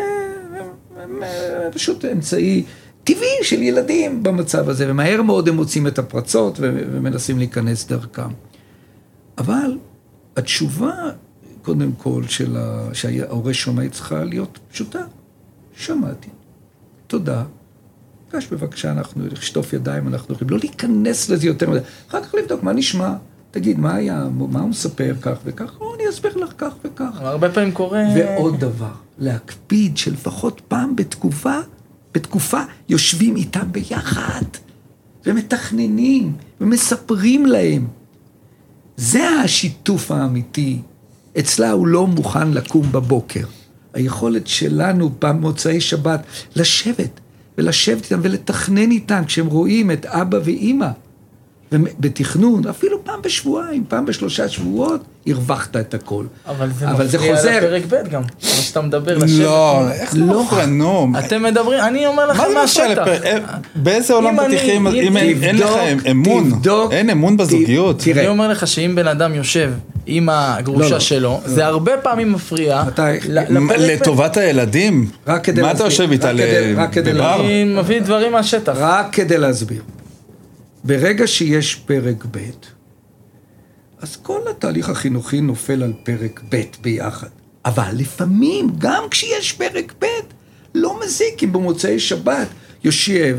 פשוט אמצעי טבעי של ילדים במצב הזה, ומהר מאוד הם מוצאים את הפרצות ומנסים להיכנס דרכם. אבל התשובה, קודם כל, שההורה שומע צריכה להיות פשוטה. שמעתי. תודה. קש בבקשה, אנחנו נשטוף ידיים, אנחנו יכולים לא להיכנס לזה יותר מדי. אחר כך לבדוק, מה נשמע? תגיד, מה היה? מה הוא מספר כך וכך? אני אסביר לך כך וכך. הרבה פעמים קורה... ועוד דבר, להקפיד שלפחות פעם בתקופה יושבים איתם ביחד, ומתכננים, ומספרים להם. זה השיתוף האמיתי. אצלה הוא לא מוכן לקום בבוקר. היכולת שלנו במוצאי שבת לשבת איתם ולתכנן איתם כשהם רואים את אבא ואמא. ובתכנון, אפילו פעם בשבועיים, פעם בשלושה שבועות, הרווחת את הכל. אבל זה חוזר לפרק ב' גם, כמו שאתה מדבר לשבת. לא, איך לא מפרנו? אתם מדברים, אני אומר לכם מהשטח. באיזה עולם פתיחים, אם אין לך אמון, אין אמון בזוגיות. אני אומר לך שאם בן אדם יושב עם הגרושה שלו, זה הרבה פעמים מפריע. לטובת הילדים? מה אתה יושב איתה בבר? אני מביא דברים מהשטח. רק כדי להסביר. ברגע שיש פרק ב', אז כל התהליך החינוכי נופל על פרק ב' ביחד. אבל לפעמים, גם כשיש פרק ב', לא מזיק אם במוצאי שבת יושב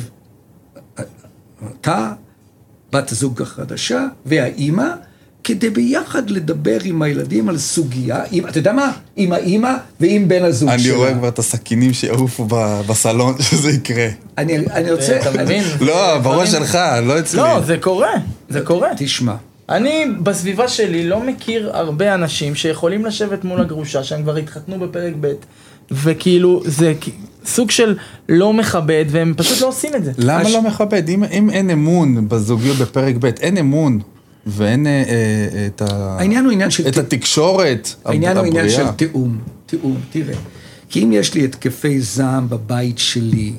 אתה, בת הזוג החדשה והאימא, כדי ביחד לדבר עם הילדים על סוגיה, אתה יודע מה? עם האימא ועם בן הזוג שלה. אני רואה כבר את הסכינים שיעופו בסלון, שזה יקרה. אני רוצה... אתה מבין? לא, בראש שלך, לא אצלי. לא, זה קורה, זה קורה. תשמע. אני בסביבה שלי לא מכיר הרבה אנשים שיכולים לשבת מול הגרושה, שהם כבר התחתנו בפרק ב', וכאילו זה סוג של לא מכבד, והם פשוט לא עושים את זה. למה לא מכבד? אם אין אמון בזוגיות בפרק ב', אין אמון, ואין את התקשורת הבריאה. העניין הוא עניין של תיאום, תראה. כי אם יש לי התקפי זעם בבית שלי,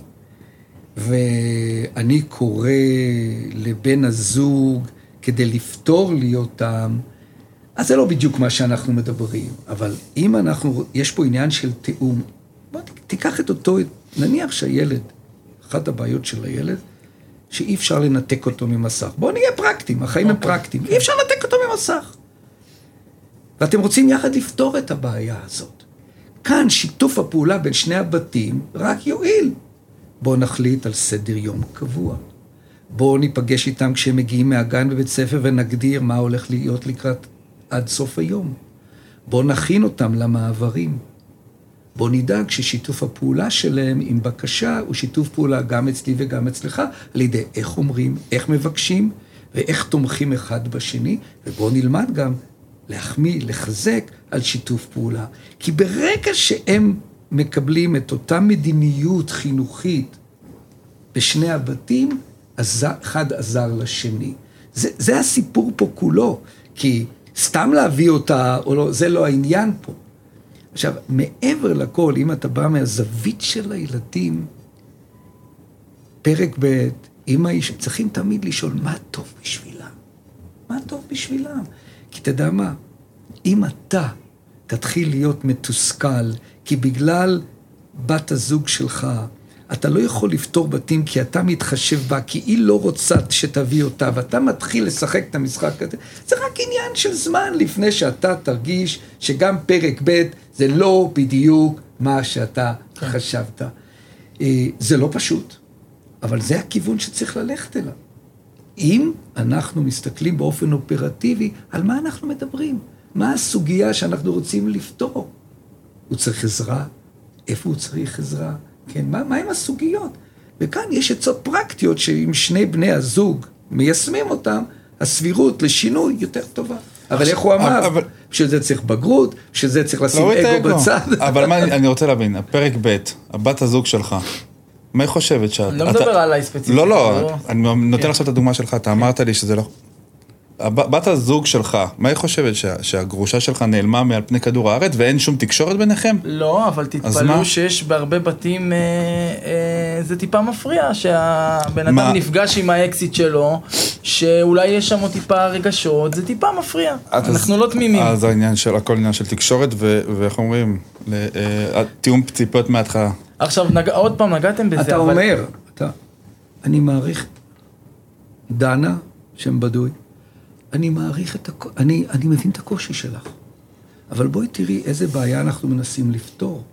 ואני קורא לבן הזוג כדי לפתור לי אותם, אז זה לא בדיוק מה שאנחנו מדברים. אבל אם יש פה עניין של תיאום, בוא תיקח את אותו, נניח שהילד, אחת הבעיות של הילד, שאי אפשר לנתק אותו ממסך. בואו נהיה פרקטיים, החיים הם פרקטיים. אי אפשר לנתק אותו ממסך. ואתם רוצים יחד לפתור את הבעיה הזאת. כאן שיתוף הפעולה בין שני הבתים רק יועיל. בואו נחליט על סדר יום קבוע. בואו ניפגש איתם כשהם מגיעים מהגן בבית ספר ונגדיר מה הולך להיות לקראת עד סוף היום. בואו נכין אותם למעברים. בואו נדאג ששיתוף הפעולה שלהם עם בקשה הוא שיתוף פעולה גם אצלי וגם אצלך, על ידי איך אומרים, איך מבקשים ואיך תומכים אחד בשני, ובואו נלמד גם להחמיא, לחזק על שיתוף פעולה. כי ברגע שהם מקבלים את אותה מדיניות חינוכית בשני הבתים, אחד עזר לשני. זה הסיפור פה כולו, כי סתם להביא אותה, או לא, זה לא העניין פה. עכשיו, מעבר לכל, אם אתה בא מהזווית של הילדים, פרק ב', אמא איש, צריכים תמיד לשאול, מה טוב בשבילם? מה טוב בשבילם? כי תדע מה, אם אתה תתחיל להיות מתוסכל, כי בגלל בת הזוג שלך, אתה לא יכול לפתור בתים כי אתה מתחשב בה, כי היא לא רוצה שתביא אותה, ואתה מתחיל לשחק את המשחק הזה. זה רק עניין של זמן לפני שאתה תרגיש שגם פרק ב' זה לא בדיוק מה שאתה חשבת. זה לא פשוט, אבל זה הכיוון שצריך ללכת אליו. אם אנחנו מסתכלים באופן אופרטיבי, על מה אנחנו מדברים? מה הסוגיה שאנחנו רוצים לפתור? הוא צריך עזרה? איפה הוא צריך עזרה? כן, מה עם הסוגיות? וכאן יש עצות פרקטיות שאם שני בני הזוג מיישמים אותם, הסבירות לשינוי יותר טובה. אבל איך הוא אמר? שזה צריך בגרות, שזה צריך לשים אגו בצד. אבל אני רוצה להבין, הפרק ב', הבת הזוג שלך, מה היא חושבת שאת... לא מדבר עליי ספציפית. לא, אני נותן עכשיו את הדוגמה שלך, אתה אמרת לי שזה לא... בת הזוג שלך, מה היא חושבת? שהגרושה שלך נעלמה מעל פני כדור הארץ ואין שום תקשורת ביניכם? לא, אבל תתפלאו שיש בהרבה בתים, זה טיפה מפריע, שהבן אדם נפגש עם האקסיט שלו, שאולי יש שם טיפה רגשות, זה טיפה מפריע. אנחנו לא תמימים. אז העניין של, הכל עניין של תקשורת, ואיך אומרים, תיאום ציפיות מההתחלה. עכשיו, עוד פעם נגעתם בזה, אתה אומר, אני מעריך דנה, שם בדוי, אני מעריך אני מבין את הקושי שלך, אבל בואי תראי איזה בעיה אנחנו מנסים לפתור.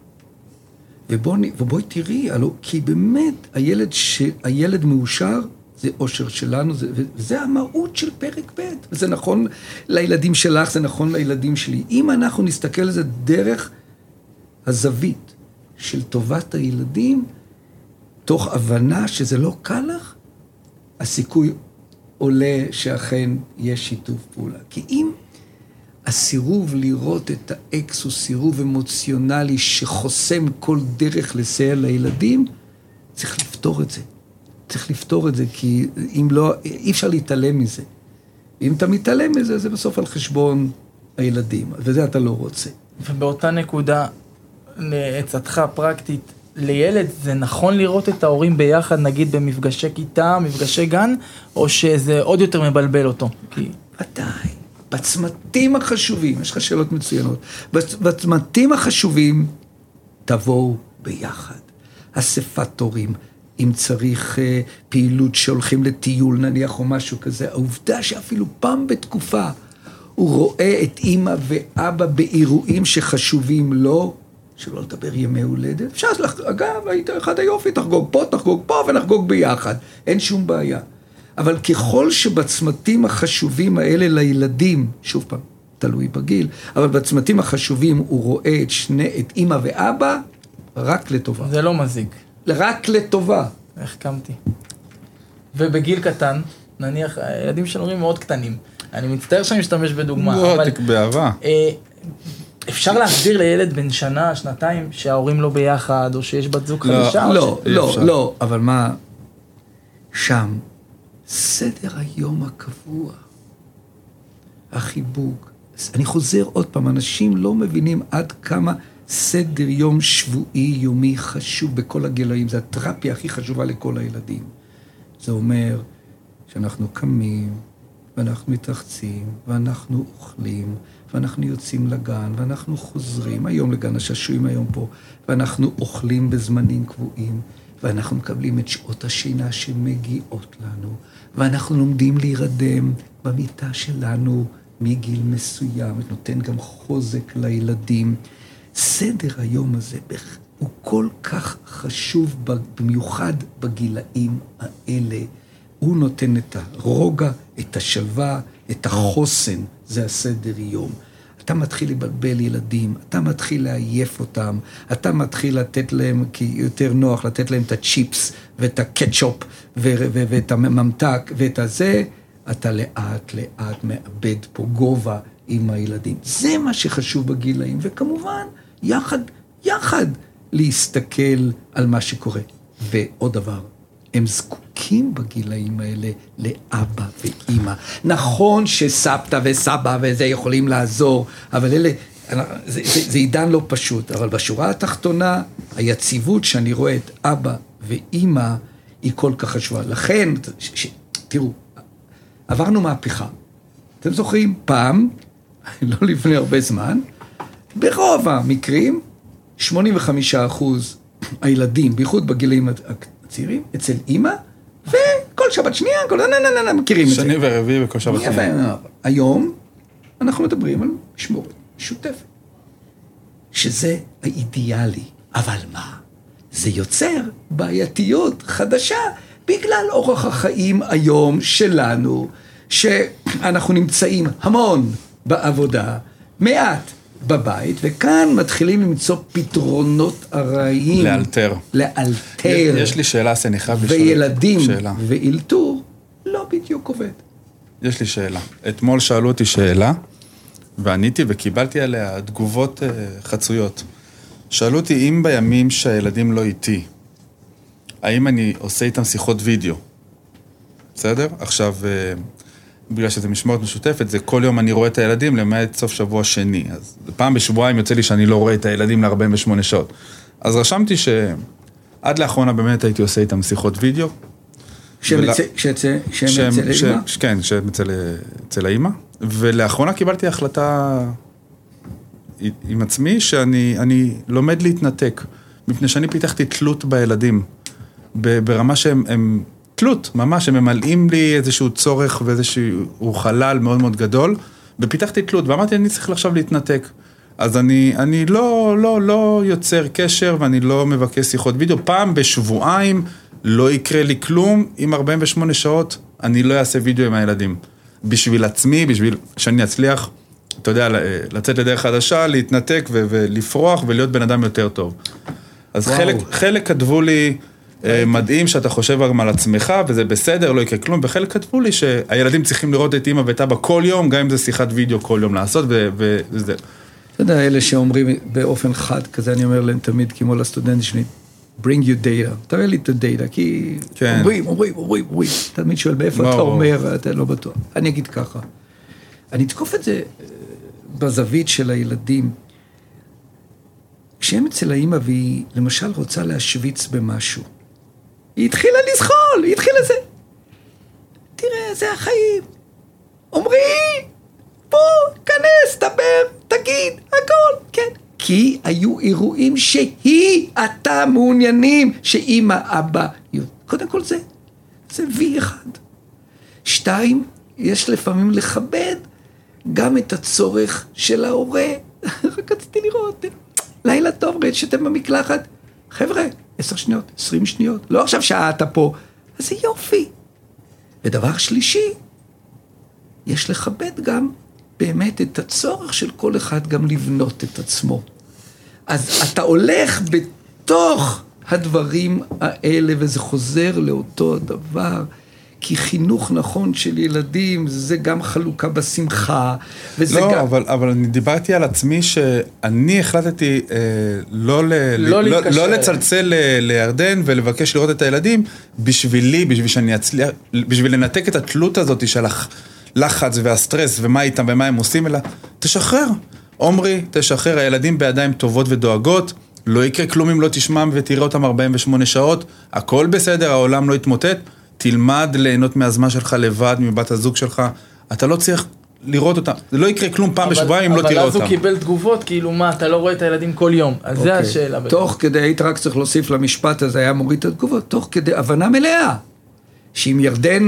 ובואי תראי, כי באמת הילד מאושר, זה אושר שלנו, וזה המהות של פרק ב', וזה נכון לילדים שלך, זה נכון לילדים שלי. אם אנחנו נסתכל על זה דרך הזווית של טובת הילדים, תוך הבנה שזה לא קל לך, הסיכוי עולה שאכן יש שיתוף פעולה. כי אם הסירוב לראות את האקס הוא סירוב אמוציונלי שחוסם כל דרך לסייע לילדים, צריך לפתור את זה. צריך לפתור את זה, כי אם לא, אי אפשר להתעלם מזה. אם אתה מתעלם מזה, זה בסוף על חשבון הילדים, וזה אתה לא רוצה. ובאותה נקודה, לעצתך פרקטית, לילד זה נכון לראות את ההורים ביחד, נגיד במפגשי כיתה, מפגשי גן, או שזה עוד יותר מבלבל אותו? ודאי, בצמתים החשובים, יש לך שאלות מצוינות, בצמתים החשובים, תבואו ביחד. אספת תורים, אם צריך פעילות שהולכים לטיול נניח או משהו כזה, העובדה שאפילו פעם בתקופה הוא רואה את אמא ואבא באירועים שחשובים לו, שלא לדבר ימי הולדת, אפשר לך, אגב, היית אחד היופי, תחגוג פה ונחגוג ביחד, אין שום בעיה. אבל ככל שבצמתים החשובים האלה לילדים, שוב פעם, תלוי בגיל, אבל בצמתים החשובים הוא רואה את אמא ואבא, רק לטובה. זה לא מזיק. רק לטובה. החכמתי. ובגיל קטן, נניח, הילדים שלנו הורים מאוד קטנים. אני מצטער שאני משתמש בדוגמה. לא, אבל באהבה. אפשר להחזיר לילד בן שנה, שנתיים, שההורים לא ביחד, או שיש בת זוג חדשה? לא, אבל מה? שם, סדר היום הקבוע, החיבוק. אני חוזר עוד פעם, אנשים לא מבינים עד כמה סדר יום שבועי, יומי חשוב בכל הגילאים. זה התרפיה הכי חשובה לכל הילדים. זה אומר שאנחנו קמים, ואנחנו מתרחצים, ואנחנו אוכלים, ואנחנו יוצאים לגן, ואנחנו חוזרים, היום לגן השעשועים היום פה, ואנחנו אוכלים בזמנים קבועים, ואנחנו מקבלים את שעות השינה שמגיעות לנו, ואנחנו לומדים להירדם במיטה שלנו מגיל מסוים, נותן גם חוזק לילדים. סדר היום הזה הוא כל כך חשוב, במיוחד בגילאים האלה. הוא נותן את הרוגע, את השלווה, את החוסן, זה הסדר יום. אתה מתחיל לבלבל ילדים, אתה מתחיל לעייף אותם, אתה מתחיל לתת להם, כי יותר נוח לתת להם את הצ'יפס ואת הקטשופ ואת הממתק ואת הזה, אתה לאט לאט מאבד פה גובה עם הילדים. זה מה שחשוב בגילאים, וכמובן, יחד להסתכל על מה שקורה. ועוד דבר, הם זקוקים בגילאים האלה לאבא ואמא. נכון שסבתא וסבא וזה יכולים לעזור, אבל אלה, זה עידן לא פשוט, אבל בשורה התחתונה, היציבות שאני רואה את אבא ואמא היא כל כך חשובה. לכן, תראו, עברנו מהפכה. אתם זוכרים? פעם, לא לפני הרבה זמן, ברוב המקרים, 85% הילדים, בייחוד בגילאים הצעירים, אצל אמא, וכל שבת שנייה, מכירים את זה. שני ורביעי וכל שבת שנייה. היום אנחנו מדברים על משמורת משותפת, שזה האידיאלי. אבל מה? זה יוצר בעייתיות חדשה, בגלל אורח החיים היום שלנו, שאנחנו נמצאים המון בעבודה, מעט בבית, וכאן מתחילים למצוא פתרונות ארעיים. לאלתר. יש לי שאלה, אני חייב לשאול. וילדים ואילתור לא בדיוק עובד. יש לי שאלה. אתמול שאלו אותי שאלה, ועניתי וקיבלתי עליה תגובות חצויות. שאלו אותי אם בימים שהילדים לא איתי, האם אני עושה איתם שיחות וידאו. בסדר? עכשיו, בגלל שזה משמורת משותפת, זה כל יום אני רואה את הילדים למעט סוף שבוע שני. אז פעם בשבועיים יוצא לי שאני לא רואה את הילדים ל-48 שעות. אז רשמתי שעד לאחרונה באמת הייתי עושה איתם שיחות וידאו. שהם אצל האמא? כן, שהם אצל האמא. ולאחרונה קיבלתי החלטה עם עצמי שאני לומד להתנתק. מפני שאני פיתחתי תלות בילדים. ברמה שהם תלות, ממש, הם ממלאים לי איזשהו צורך ואיזשהו חלל מאוד מאוד גדול, ופיתחתי תלות, ואמרתי, אני צריך עכשיו להתנתק. אז אני לא יוצר קשר, ואני לא מבקש שיחות וידאו. פעם בשבועיים לא יקרה לי כלום, עם 48 שעות, אני לא אעשה וידאו עם הילדים. בשביל עצמי, בשביל שאני אצליח, אתה יודע, לצאת לדרך חדשה, להתנתק ולפרוח ולהיות בן אדם יותר טוב. אז חלק כתבו לי, מדהים שאתה חושב גם על עצמך, וזה בסדר, לא יקרה כלום, וחלק כתבו לי שהילדים צריכים לראות את אמא ואת אבא כל יום, גם אם זה שיחת וידאו כל יום לעשות, וזה. אתה יודע, אלה שאומרים באופן חד כזה, אני אומר להם תמיד, כמו לסטודנט שלי, bring you data, תראה לי את הדאטה, כי אומרים, תמיד שואל באיפה אתה אומר, אתה לא בטוח. אני אגיד ככה, אני אתקוף את זה בזווית של הילדים, כשהם אצל האמא והיא למשל רוצה להשוויץ במשהו, היא התחילה לזחול, היא התחילה זה. תראה, זה החיים. אומרי, בוא, כנס, דבר, תגיד, הכל, כן. כי היו אירועים אתה מעוניינים שאמא, אבא, קודם כל זה וי אחד. 2, יש לפעמים לכבד גם את הצורך של ההורה. רק רציתי לראות, לילה טוב, ראית שאתם במקלחת. חבר'ה, 10 שניות, 20 שניות, לא עכשיו שעה אתה פה. אז זה יופי. ודבר שלישי, יש לכבד גם באמת את הצורך של כל אחד גם לבנות את עצמו. אז אתה הולך בתוך הדברים האלה, וזה חוזר לאותו הדבר, כי חינוך נכון של ילדים, זה גם חלוקה בשמחה, וזה לא, גם... אבל אני דיברתי על עצמי שאני החלטתי לא לצלצל לירדן ולבקש לראות את הילדים, בשביל שאני אצליח, בשביל לנתק את התלות הזאת של הלחץ והסטרס, ומה איתם ומה הם עושים, אלא תשחרר. עומרי, תשחרר, הילדים בידיים טובות ודואגות, לא יקרה כלום אם לא תשמעם ותראה אותם 48 שעות, הכל בסדר, העולם לא יתמוטט, תלמד ליהנות מהזמן שלך לבד, מבת הזוג שלך, אתה לא צריך לראות אותם, זה לא יקרה כלום פעם בשבועיים אם לא תראה אותם. אבל אז הוא קיבל תגובות, כאילו מה, אתה לא רואה את הילדים כל יום, אז זה השאלה. תוך כדי, היית רק צריך להוסיף למשפט הזה, היה מוריד את התגובות, תוך כדי הבנה מלאה, שאם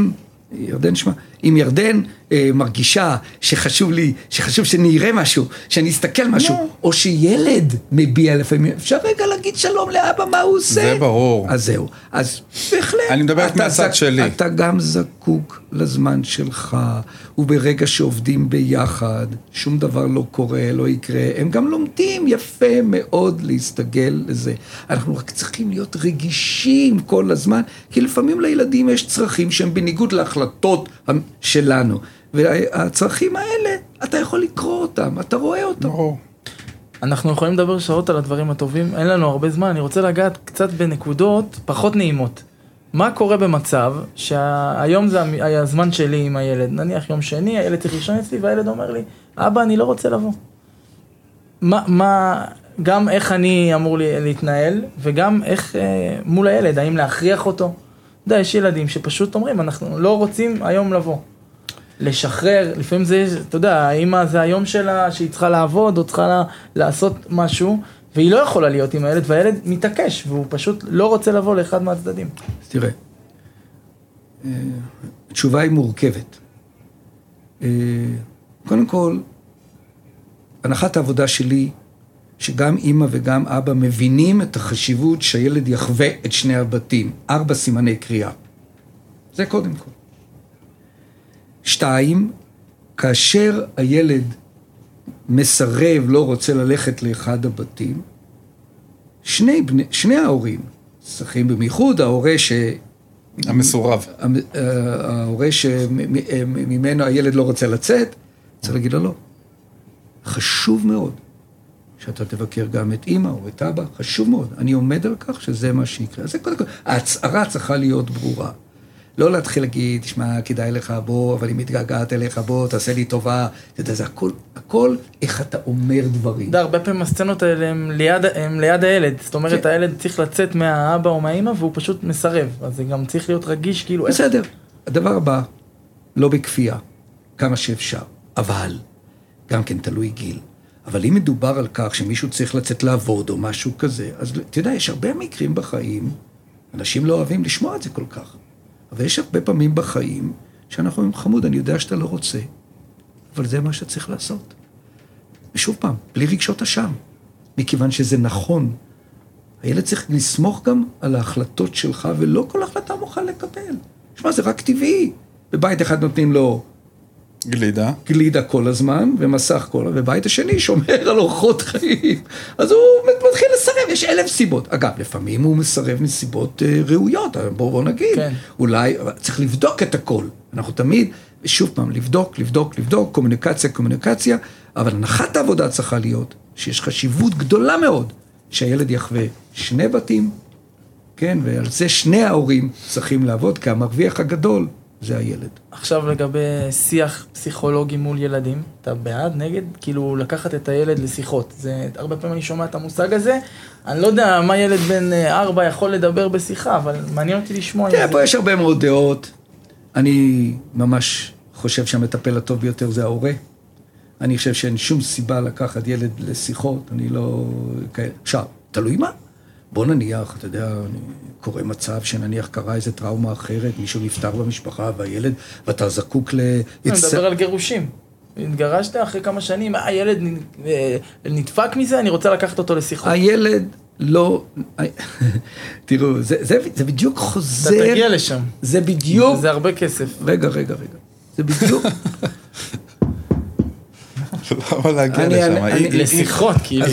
אם ירדן מרגישה שחשוב שנראה משהו, שאני אסתכל משהו, או שילד מביע לפעמים, אפשר רגע להגיד שלום לאבא, מה הוא עושה? זה ברור. אז זהו. אז בהחלט. אני מדבר מהצד שלי. אתה גם זקוק לזמן שלך, וברגע שעובדים ביחד, שום דבר לא קורה, לא יקרה, הם גם לומדים יפה מאוד להסתגל לזה. אנחנו רק צריכים להיות רגישים כל הזמן, כי לפעמים לילדים יש צרכים שהם בניגוד להחלטות שלנו. והצרכים האלה, אתה יכול לקרוא אותם, אתה רואה אותם. אנחנו יכולים לדבר שעות על הדברים הטובים, אין לנו הרבה זמן, אני רוצה לגעת קצת בנקודות פחות נעימות. מה קורה במצב שהיום זה הזמן שלי עם הילד, נניח יום שני, הילד צריך לישון אצלי והילד אומר לי, אבא, אני לא רוצה לבוא. גם איך אני אמור להתנהל, וגם איך מול הילד, האם להכריח אותו. אתה יודע, יש ילדים שפשוט אומרים, אנחנו לא רוצים היום לבוא. לשחרר, לפעמים זה, אתה יודע, האמא זה היום שלה, שהיא צריכה לעבוד, או צריכה לעשות משהו, והיא לא יכולה להיות עם הילד, והילד מתעקש, והוא פשוט לא רוצה לבוא לאחד מהצדדים. אז תראה, התשובה היא מורכבת. קודם כל, הנחת העבודה שלי, שגם אמא וגם אבא מבינים את החשיבות שהילד יחווה את שני הבתים. 4 סימני קריאה. זה קודם כל. 2, כאשר הילד מסרב, לא רוצה ללכת לאחד הבתים, שני ההורים, צריכים במיוחד, ההורה המסורב. ההורה שממנו הילד לא רוצה לצאת, צריך להגיד לו לא. חשוב מאוד שאתה תבקר גם את אמא או את אבא, חשוב מאוד. אני עומד על כך שזה מה שיקרה. אז זה קודם כל, ההצהרה צריכה להיות ברורה. לא להתחיל להגיד, תשמע, כדאי לך, בוא, אבל אם מתגעגעת אליך, בוא, תעשה לי טובה. זה הכל איך אתה אומר דברים. הרבה פעמים הסצנות האלה הם ליד הילד. זאת אומרת, הילד צריך לצאת מהאבא או מהאמא, והוא פשוט מסרב. אז זה גם צריך להיות רגיש, כאילו... בסדר. הדבר הבא, לא בכפייה, כמה שאפשר. אבל, גם כן תלוי גיל. אבל אם מדובר על כך שמישהו צריך לצאת לעבוד או משהו כזה, אז אתה יודע, יש הרבה מקרים בחיים, אנשים לא אוהבים לשמוע את זה כל כך. אבל יש הרבה פעמים בחיים שאנחנו אומרים, חמוד, אני יודע שאתה לא רוצה, אבל זה מה שצריך לעשות. ושוב פעם, בלי רגשות אשם, מכיוון שזה נכון. הילד צריך לסמוך גם על ההחלטות שלך, ולא כל החלטה מוכן לקבל. שמה, זה רק טבעי. בבית אחד נותנים לו גלידה כל הזמן, ומסך כל הזמן, ובבית השני שומר על אורחות חיים. אז הוא מתחיל לסרב, יש 1000 סיבות. אגב, לפעמים הוא מסרב מסיבות ראויות, בואו נגיד. כן. אולי, צריך לבדוק את הכל. אנחנו תמיד, שוב פעם, לבדוק, קומוניקציה, אבל הנחת העבודה צריכה להיות, שיש חשיבות גדולה מאוד, שהילד יחווה 2 בתים, כן, ועל זה 2 ההורים צריכים לעבוד, כי המרוויח הגדול, זה הילד. עכשיו לגבי שיח פסיכולוגי מול ילדים, אתה בעד, נגד? כאילו לקחת את הילד לשיחות. זה, הרבה פעמים אני שומע את המושג הזה, אני לא יודע מה ילד בן 4 יכול לדבר בשיחה, אבל מעניין אותי לשמוע. תראה, פה יש הרבה מאוד דעות. אני ממש חושב שהמטפל הטוב ביותר זה ההורה. אני חושב שאין שום סיבה לקחת ילד לשיחות, אני לא... עכשיו, תלוי מה? בוא נניח, אתה יודע, קורה מצב שנניח קרה איזו טראומה אחרת, מישהו נפטר במשפחה והילד, ואתה זקוק אני מדבר על גירושים. התגרשת אחרי כמה שנים, הילד נדפק מזה, אני רוצה לקחת אותו לשיחות. הילד לא... תראו, זה בדיוק חוזר... אתה תגיע לשם. זה בדיוק... זה הרבה כסף. רגע. זה בדיוק... למה להגיע לשם? לשיחות, כאילו...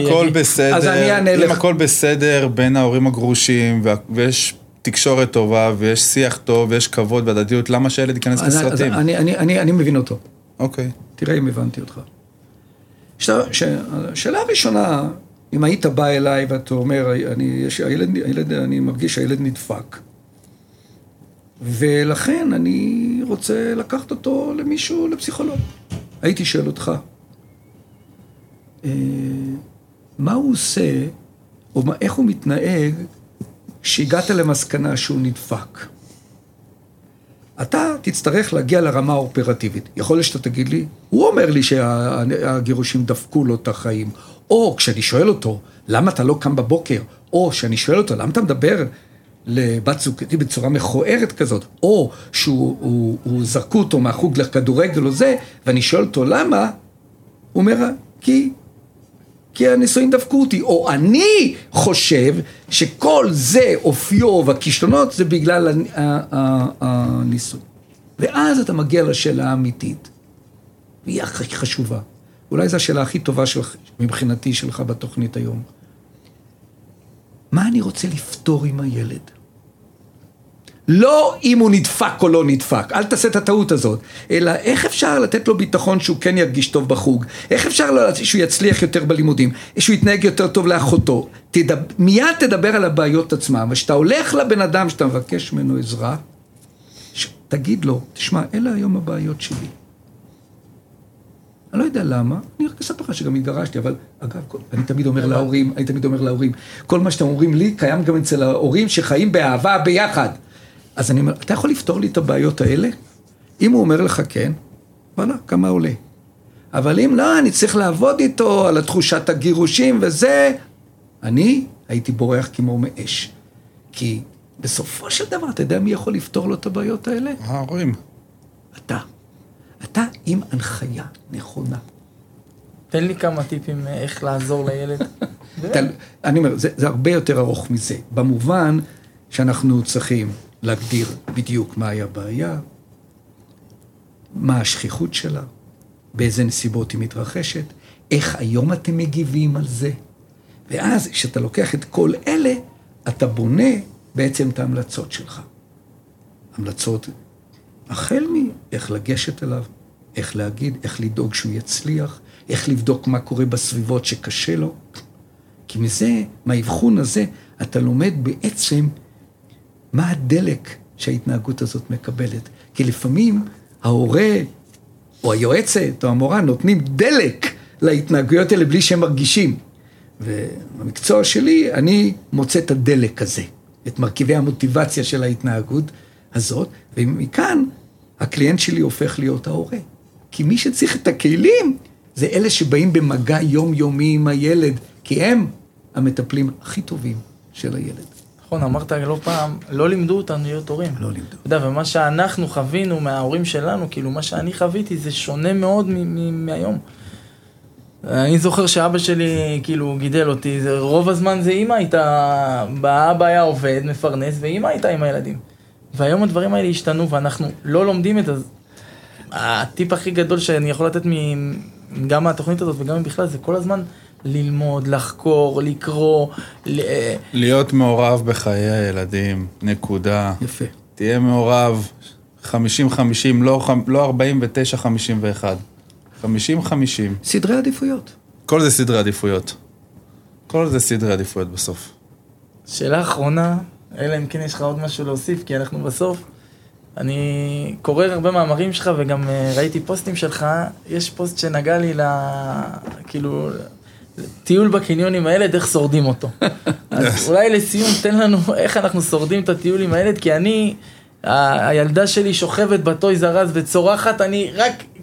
אם הכל בסדר בין ההורים הגרושים, ויש תקשורת טובה, ויש שיח טוב, ויש כבוד והדדיות, למה שהילד ייכנס לסרטים? אני מבין אותו. אוקיי. תראה אם הבנתי אותך. השאלה הראשונה, אם היית בא אליי ואתה אומר, אני מרגיש שהילד נדפק, ולכן אני רוצה לקחת אותו למישהו, לפסיכולוג. הייתי שואל אותך, מה הוא עושה, או איך הוא מתנהג, שהגעת למסקנה שהוא נדפק? אתה תצטרך להגיע לרמה האופרטיבית. יכול להיות שאתה תגיד לי, הוא אומר לי שהגירושים דפקו לו את החיים, או כשאני שואל אותו, למה אתה לא קם בבוקר, או כשאני שואל אותו, למה אתה מדבר לבת זוגתי בצורה מכוערת כזאת, או שהוא זרקו אותו מהחוג לכדורגל או זה, ואני שואל אותו למה, הוא אומר, כי הניסויים דפקו אותי, או אני חושב שכל זה אופיו והכישלונות זה בגלל הניסוי. ואז אתה מגיע לשאלה האמיתית, והיא הכי חשובה. אולי זו השאלה הכי טובה מבחינתי שלך בתוכנית היום. מה אני רוצה לפתור עם הילד? לא אם הוא נדפק או לא נדפק, אל תעשה את הטעות הזאת, אלא איך אפשר לתת לו ביטחון שהוא כן ירגיש טוב בחוג, איך אפשר שהוא יצליח יותר בלימודים, שהוא יתנהג יותר טוב לאחותו, מיד תדבר על הבעיות עצמם, ושאתה הולך לבן אדם שאתה מבקש ממנו עזרה, תגיד לו, תשמע, אלה היום הבעיות שלי. אני לא יודע למה, אני רק אספר לך שגם התגרשתי, אבל אגב, אני תמיד אומר להורים, כל מה שאתם אומרים לי, קיים גם אצל ההורים שחיים באהבה ביחד. אז אני אומר, אתה יכול לפתור לי את הבעיות האלה? אם הוא אומר לך כן, וואלה, כמה עולה. אבל אם לא, אני צריך לעבוד איתו על התחושת הגירושים וזה, אני הייתי בורח כמו מאש. כי בסופו של דבר, אתה יודע מי יכול לפתור לו את הבעיות האלה? ההורים. אתה עם הנחיה נכונה. תן לי כמה טיפים איך לעזור לילד. אני אומר, זה הרבה יותר ארוך מזה. במובן שאנחנו צריכים להגדיר בדיוק מהי הבעיה, מה השכיחות שלה, באיזה נסיבות היא מתרחשת, איך היום אתם מגיבים על זה. ואז כשאתה לוקח את כל אלה, אתה בונה בעצם את ההמלצות שלך. המלצות החל מאיך לגשת אליו, איך להגיד, איך לדאוג שהוא יצליח, איך לבדוק מה קורה בסביבות שקשה לו. כי מזה, מהאבחון הזה, אתה לומד בעצם מה הדלק שההתנהגות הזאת מקבלת. כי לפעמים ההורה או היועצת או המורה נותנים דלק להתנהגויות האלה בלי שהם מרגישים. ובמקצוע שלי אני מוצא את הדלק הזה, את מרכיבי המוטיבציה של ההתנהגות הזאת, ומכאן הקליינט שלי הופך להיות ההורה. כי מי שצריך את הכלים זה אלה שבאים במגע יומיומי עם הילד, כי הם המטפלים הכי טובים של הילד. נכון, אמרת לא פעם, לא לימדו אותנו להיות הורים. לא לימדו. אתה יודע, ומה שאנחנו חווינו מההורים שלנו, כאילו מה שאני חוויתי זה שונה מאוד מהיום. אני זוכר שאבא שלי כאילו גידל אותי, רוב הזמן זה אמא הייתה, באבא היה עובד, מפרנס, ואמא הייתה עם הילדים. והיום הדברים האלה השתנו ואנחנו לא לומדים את זה. הטיפ הכי גדול שאני יכול לתת גם מהתוכנית הזאת וגם בכלל זה כל הזמן ללמוד, לחקור, לקרוא. להיות מעורב בחיי הילדים, נקודה. יפה. תהיה מעורב 50-50, לא 49-51. 50-50. סדרי עדיפויות. כל זה סדרי עדיפויות. כל זה סדרי עדיפויות בסוף. שאלה אחרונה, אלא אם כן יש לך עוד משהו להוסיף, כי אנחנו בסוף. אני קורא הרבה מאמרים שלך וגם ראיתי פוסטים שלך, יש פוסט שנגע לי כאילו, טיול בקניון עם הילד, איך שורדים אותו. אז אולי לסיום תן לנו איך אנחנו שורדים את הטיול עם הילד, כי הילדה שלי שוכבת בטויז אר אס וצורחת, אני רק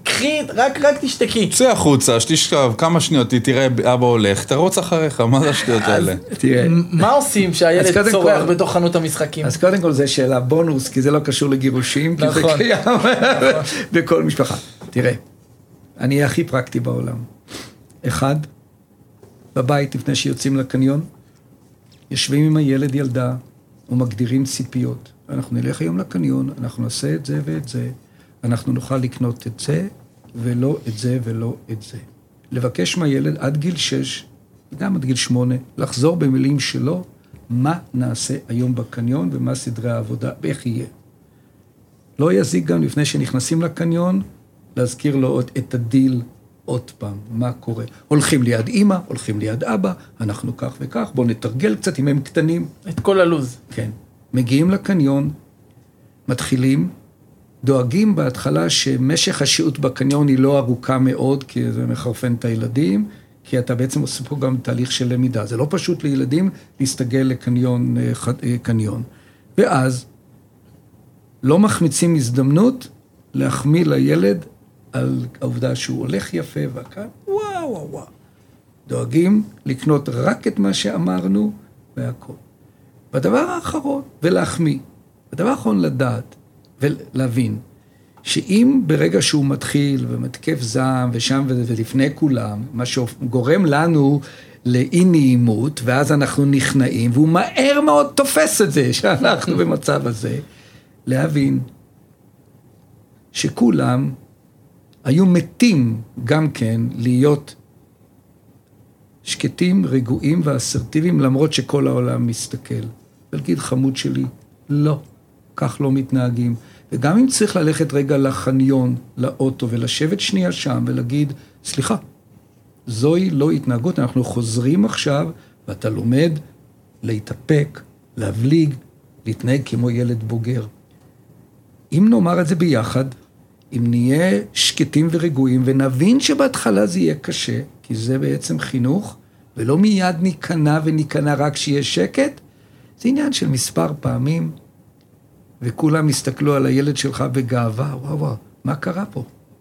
קחי, רק תשתקי. צא החוצה, שתשכב, כמה שניות, תראה אבא הולך, תרוץ אחריך, מה זה השטויות האלה? מה עושים שהילד צורח בתוך חנות המשחקים? אז קודם כל זה שאלה בונוס, כי זה לא קשור לגירושים, כי זה קיים בכל משפחה. תראה, אני אהיה הכי פרקטי בעולם. אחד, בבית לפני שיוצאים לקניון, יושבים עם הילד ילדה ומגדירים ציפיות. אנחנו נלך היום לקניון, אנחנו נעשה את זה ואת זה, אנחנו נוכל לקנות את זה ולא את זה ולא את זה. לבקש מהילד עד גיל 6, וגם עד גיל 8, לחזור במילים שלו, מה נעשה היום בקניון ומה סדרי העבודה, ואיך יהיה. לא יזיק גם לפני שנכנסים לקניון, להזכיר לו את הדיל עוד פעם, מה קורה. הולכים ליד אמא, הולכים ליד אבא, אנחנו כך וכך, בואו נתרגל קצת אם הם קטנים. את כל הלוז. כן. מגיעים לקניון, מתחילים, דואגים בהתחלה שמשך השהות בקניון היא לא ארוכה מאוד, כי זה מחרפן את הילדים, כי אתה בעצם עושה פה גם תהליך של למידה. זה לא פשוט לילדים להסתגל לקניון. ואז לא מחמיצים הזדמנות להחמיא לילד על העובדה שהוא הולך יפה והכאן, וואו. דואגים לקנות רק את מה שאמרנו והכל. והדבר האחרון, ולהחמיא. הדבר האחרון לדעת ולהבין, שאם ברגע שהוא מתחיל ומתקף זעם ושם ולפני כולם, מה שגורם לנו לאי נעימות, ואז אנחנו נכנעים, והוא מהר מאוד תופס את זה, שאנחנו במצב הזה, להבין שכולם היו מתים גם כן להיות שקטים, רגועים ואסרטיביים, למרות שכל העולם מסתכל. ולגיד חמוד שלי, לא, כך לא מתנהגים. וגם אם צריך ללכת רגע לחניון, לאוטו, ולשבת שנייה שם ולהגיד, סליחה, זוהי לא התנהגות, אנחנו חוזרים עכשיו, ואתה לומד להתאפק, להבליג, להתנהג כמו ילד בוגר. אם נאמר את זה ביחד, אם נהיה שקטים ורגועים, ונבין שבהתחלה זה יהיה קשה, כי זה בעצם חינוך, ולא מיד ניכנע רק שיהיה שקט, זה עניין של מספר פעמים, וכולם הסתכלו על הילד שלך בגאווה, וואו, מה קרה פה?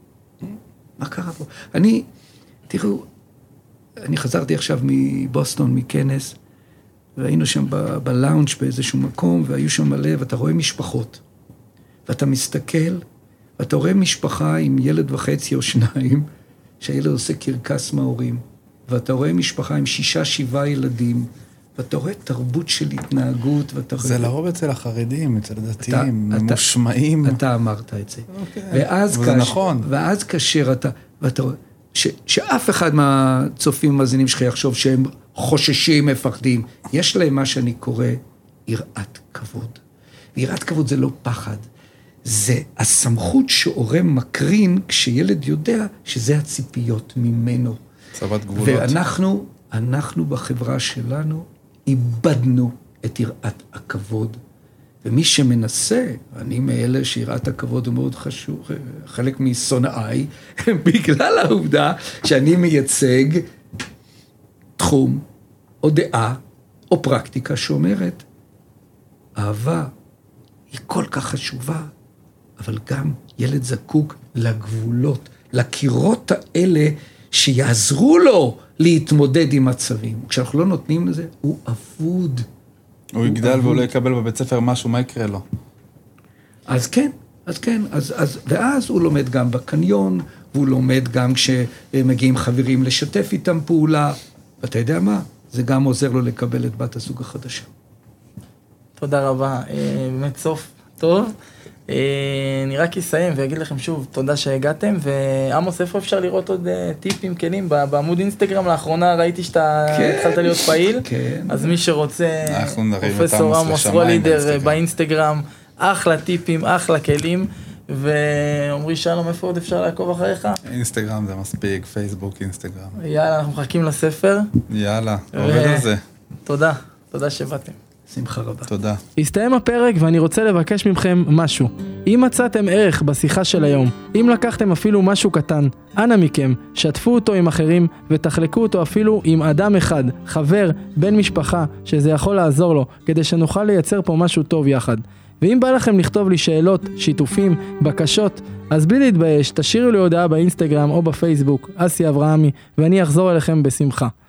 מה קרה פה? תראו, אני חזרתי עכשיו מבוסטון, מכנס, והיינו שם בלאונג' באיזשהו מקום, והיו שם מלא, ואתה רואה משפחות, ואתה מסתכל, ואתה רואה משפחה עם ילד וחצי או שניים, שהילד עושה קרקס מההורים, ואתה רואה משפחה עם 6-7 ילדים, ואתה רואה תרבות של התנהגות, זה לרוב אצל החרדים, אצל הדתיים, ממושמעים. אתה אמרת את זה. וזה נכון. ואז כאשר ואתה רואה, שאף אחד מהצופים המאזינים שלך יחשוב שהם חוששים, מפחדים. יש להם מה שאני קורא יראת כבוד. ויראת כבוד זה לא פחד. זה הסמכות שהורה מקרין כשילד יודע שזה הציפיות ממנו. צוות גבולות. ואנחנו בחברה שלנו איבדנו את יראת הכבוד. ומי שמנסה, אני מאלה שיראת הכבוד הוא מאוד חשוב, חלק משונאי, בגלל העובדה שאני מייצג תחום או דעה או פרקטיקה שאומרת, אהבה היא כל כך חשובה, אבל גם ילד זקוק לגבולות, לקירות האלה שיעזרו לו להתמודד עם מצבים. כשאנחנו לא נותנים לזה, הוא אבוד. הוא יגדל והוא לא יקבל בבית ספר משהו, מה יקרה לו? אז כן, ואז הוא לומד גם בקניון, והוא לומד גם כשמגיעים חברים לשתף איתם פעולה, ואתה יודע מה? זה גם עוזר לו לקבל את בת הזוג החדשה. תודה רבה, באמת סוף טוב. אני רק אסיים ואגיד לכם שוב, תודה שהגעתם, ועמוס, איפה אפשר לראות עוד טיפים, כלים? בעמוד אינסטגרם לאחרונה ראיתי שאתה התחלת להיות פעיל, אז מי שרוצה, פרופסור עמוס רולידר באינסטגרם, אחלה טיפים, אחלה כלים, ועומרי שלום, איפה עוד אפשר לעקוב אחריך? אינסטגרם זה מספיק, פייסבוק, אינסטגרם. יאללה, אנחנו מחכים לספר. יאללה, עובד על זה. תודה שבאתם. שמחה רבה. תודה. הסתיים הפרק ואני רוצה לבקש מכם משהו. אם מצאתם ערך בשיחה של היום, אם לקחתם אפילו משהו קטן, אנא מכם, שתפו אותו עם אחרים ותחלקו אותו אפילו עם אדם אחד, חבר, בן משפחה, שזה יכול לעזור לו, כדי שנוכל לייצר פה משהו טוב יחד. ואם בא לכם לכתוב לי שאלות, שיתופים, בקשות, אז בלי להתבייש, תשאירו לי הודעה באינסטגרם או בפייסבוק, אסי אברהמי, ואני אחזור אליכם בשמחה.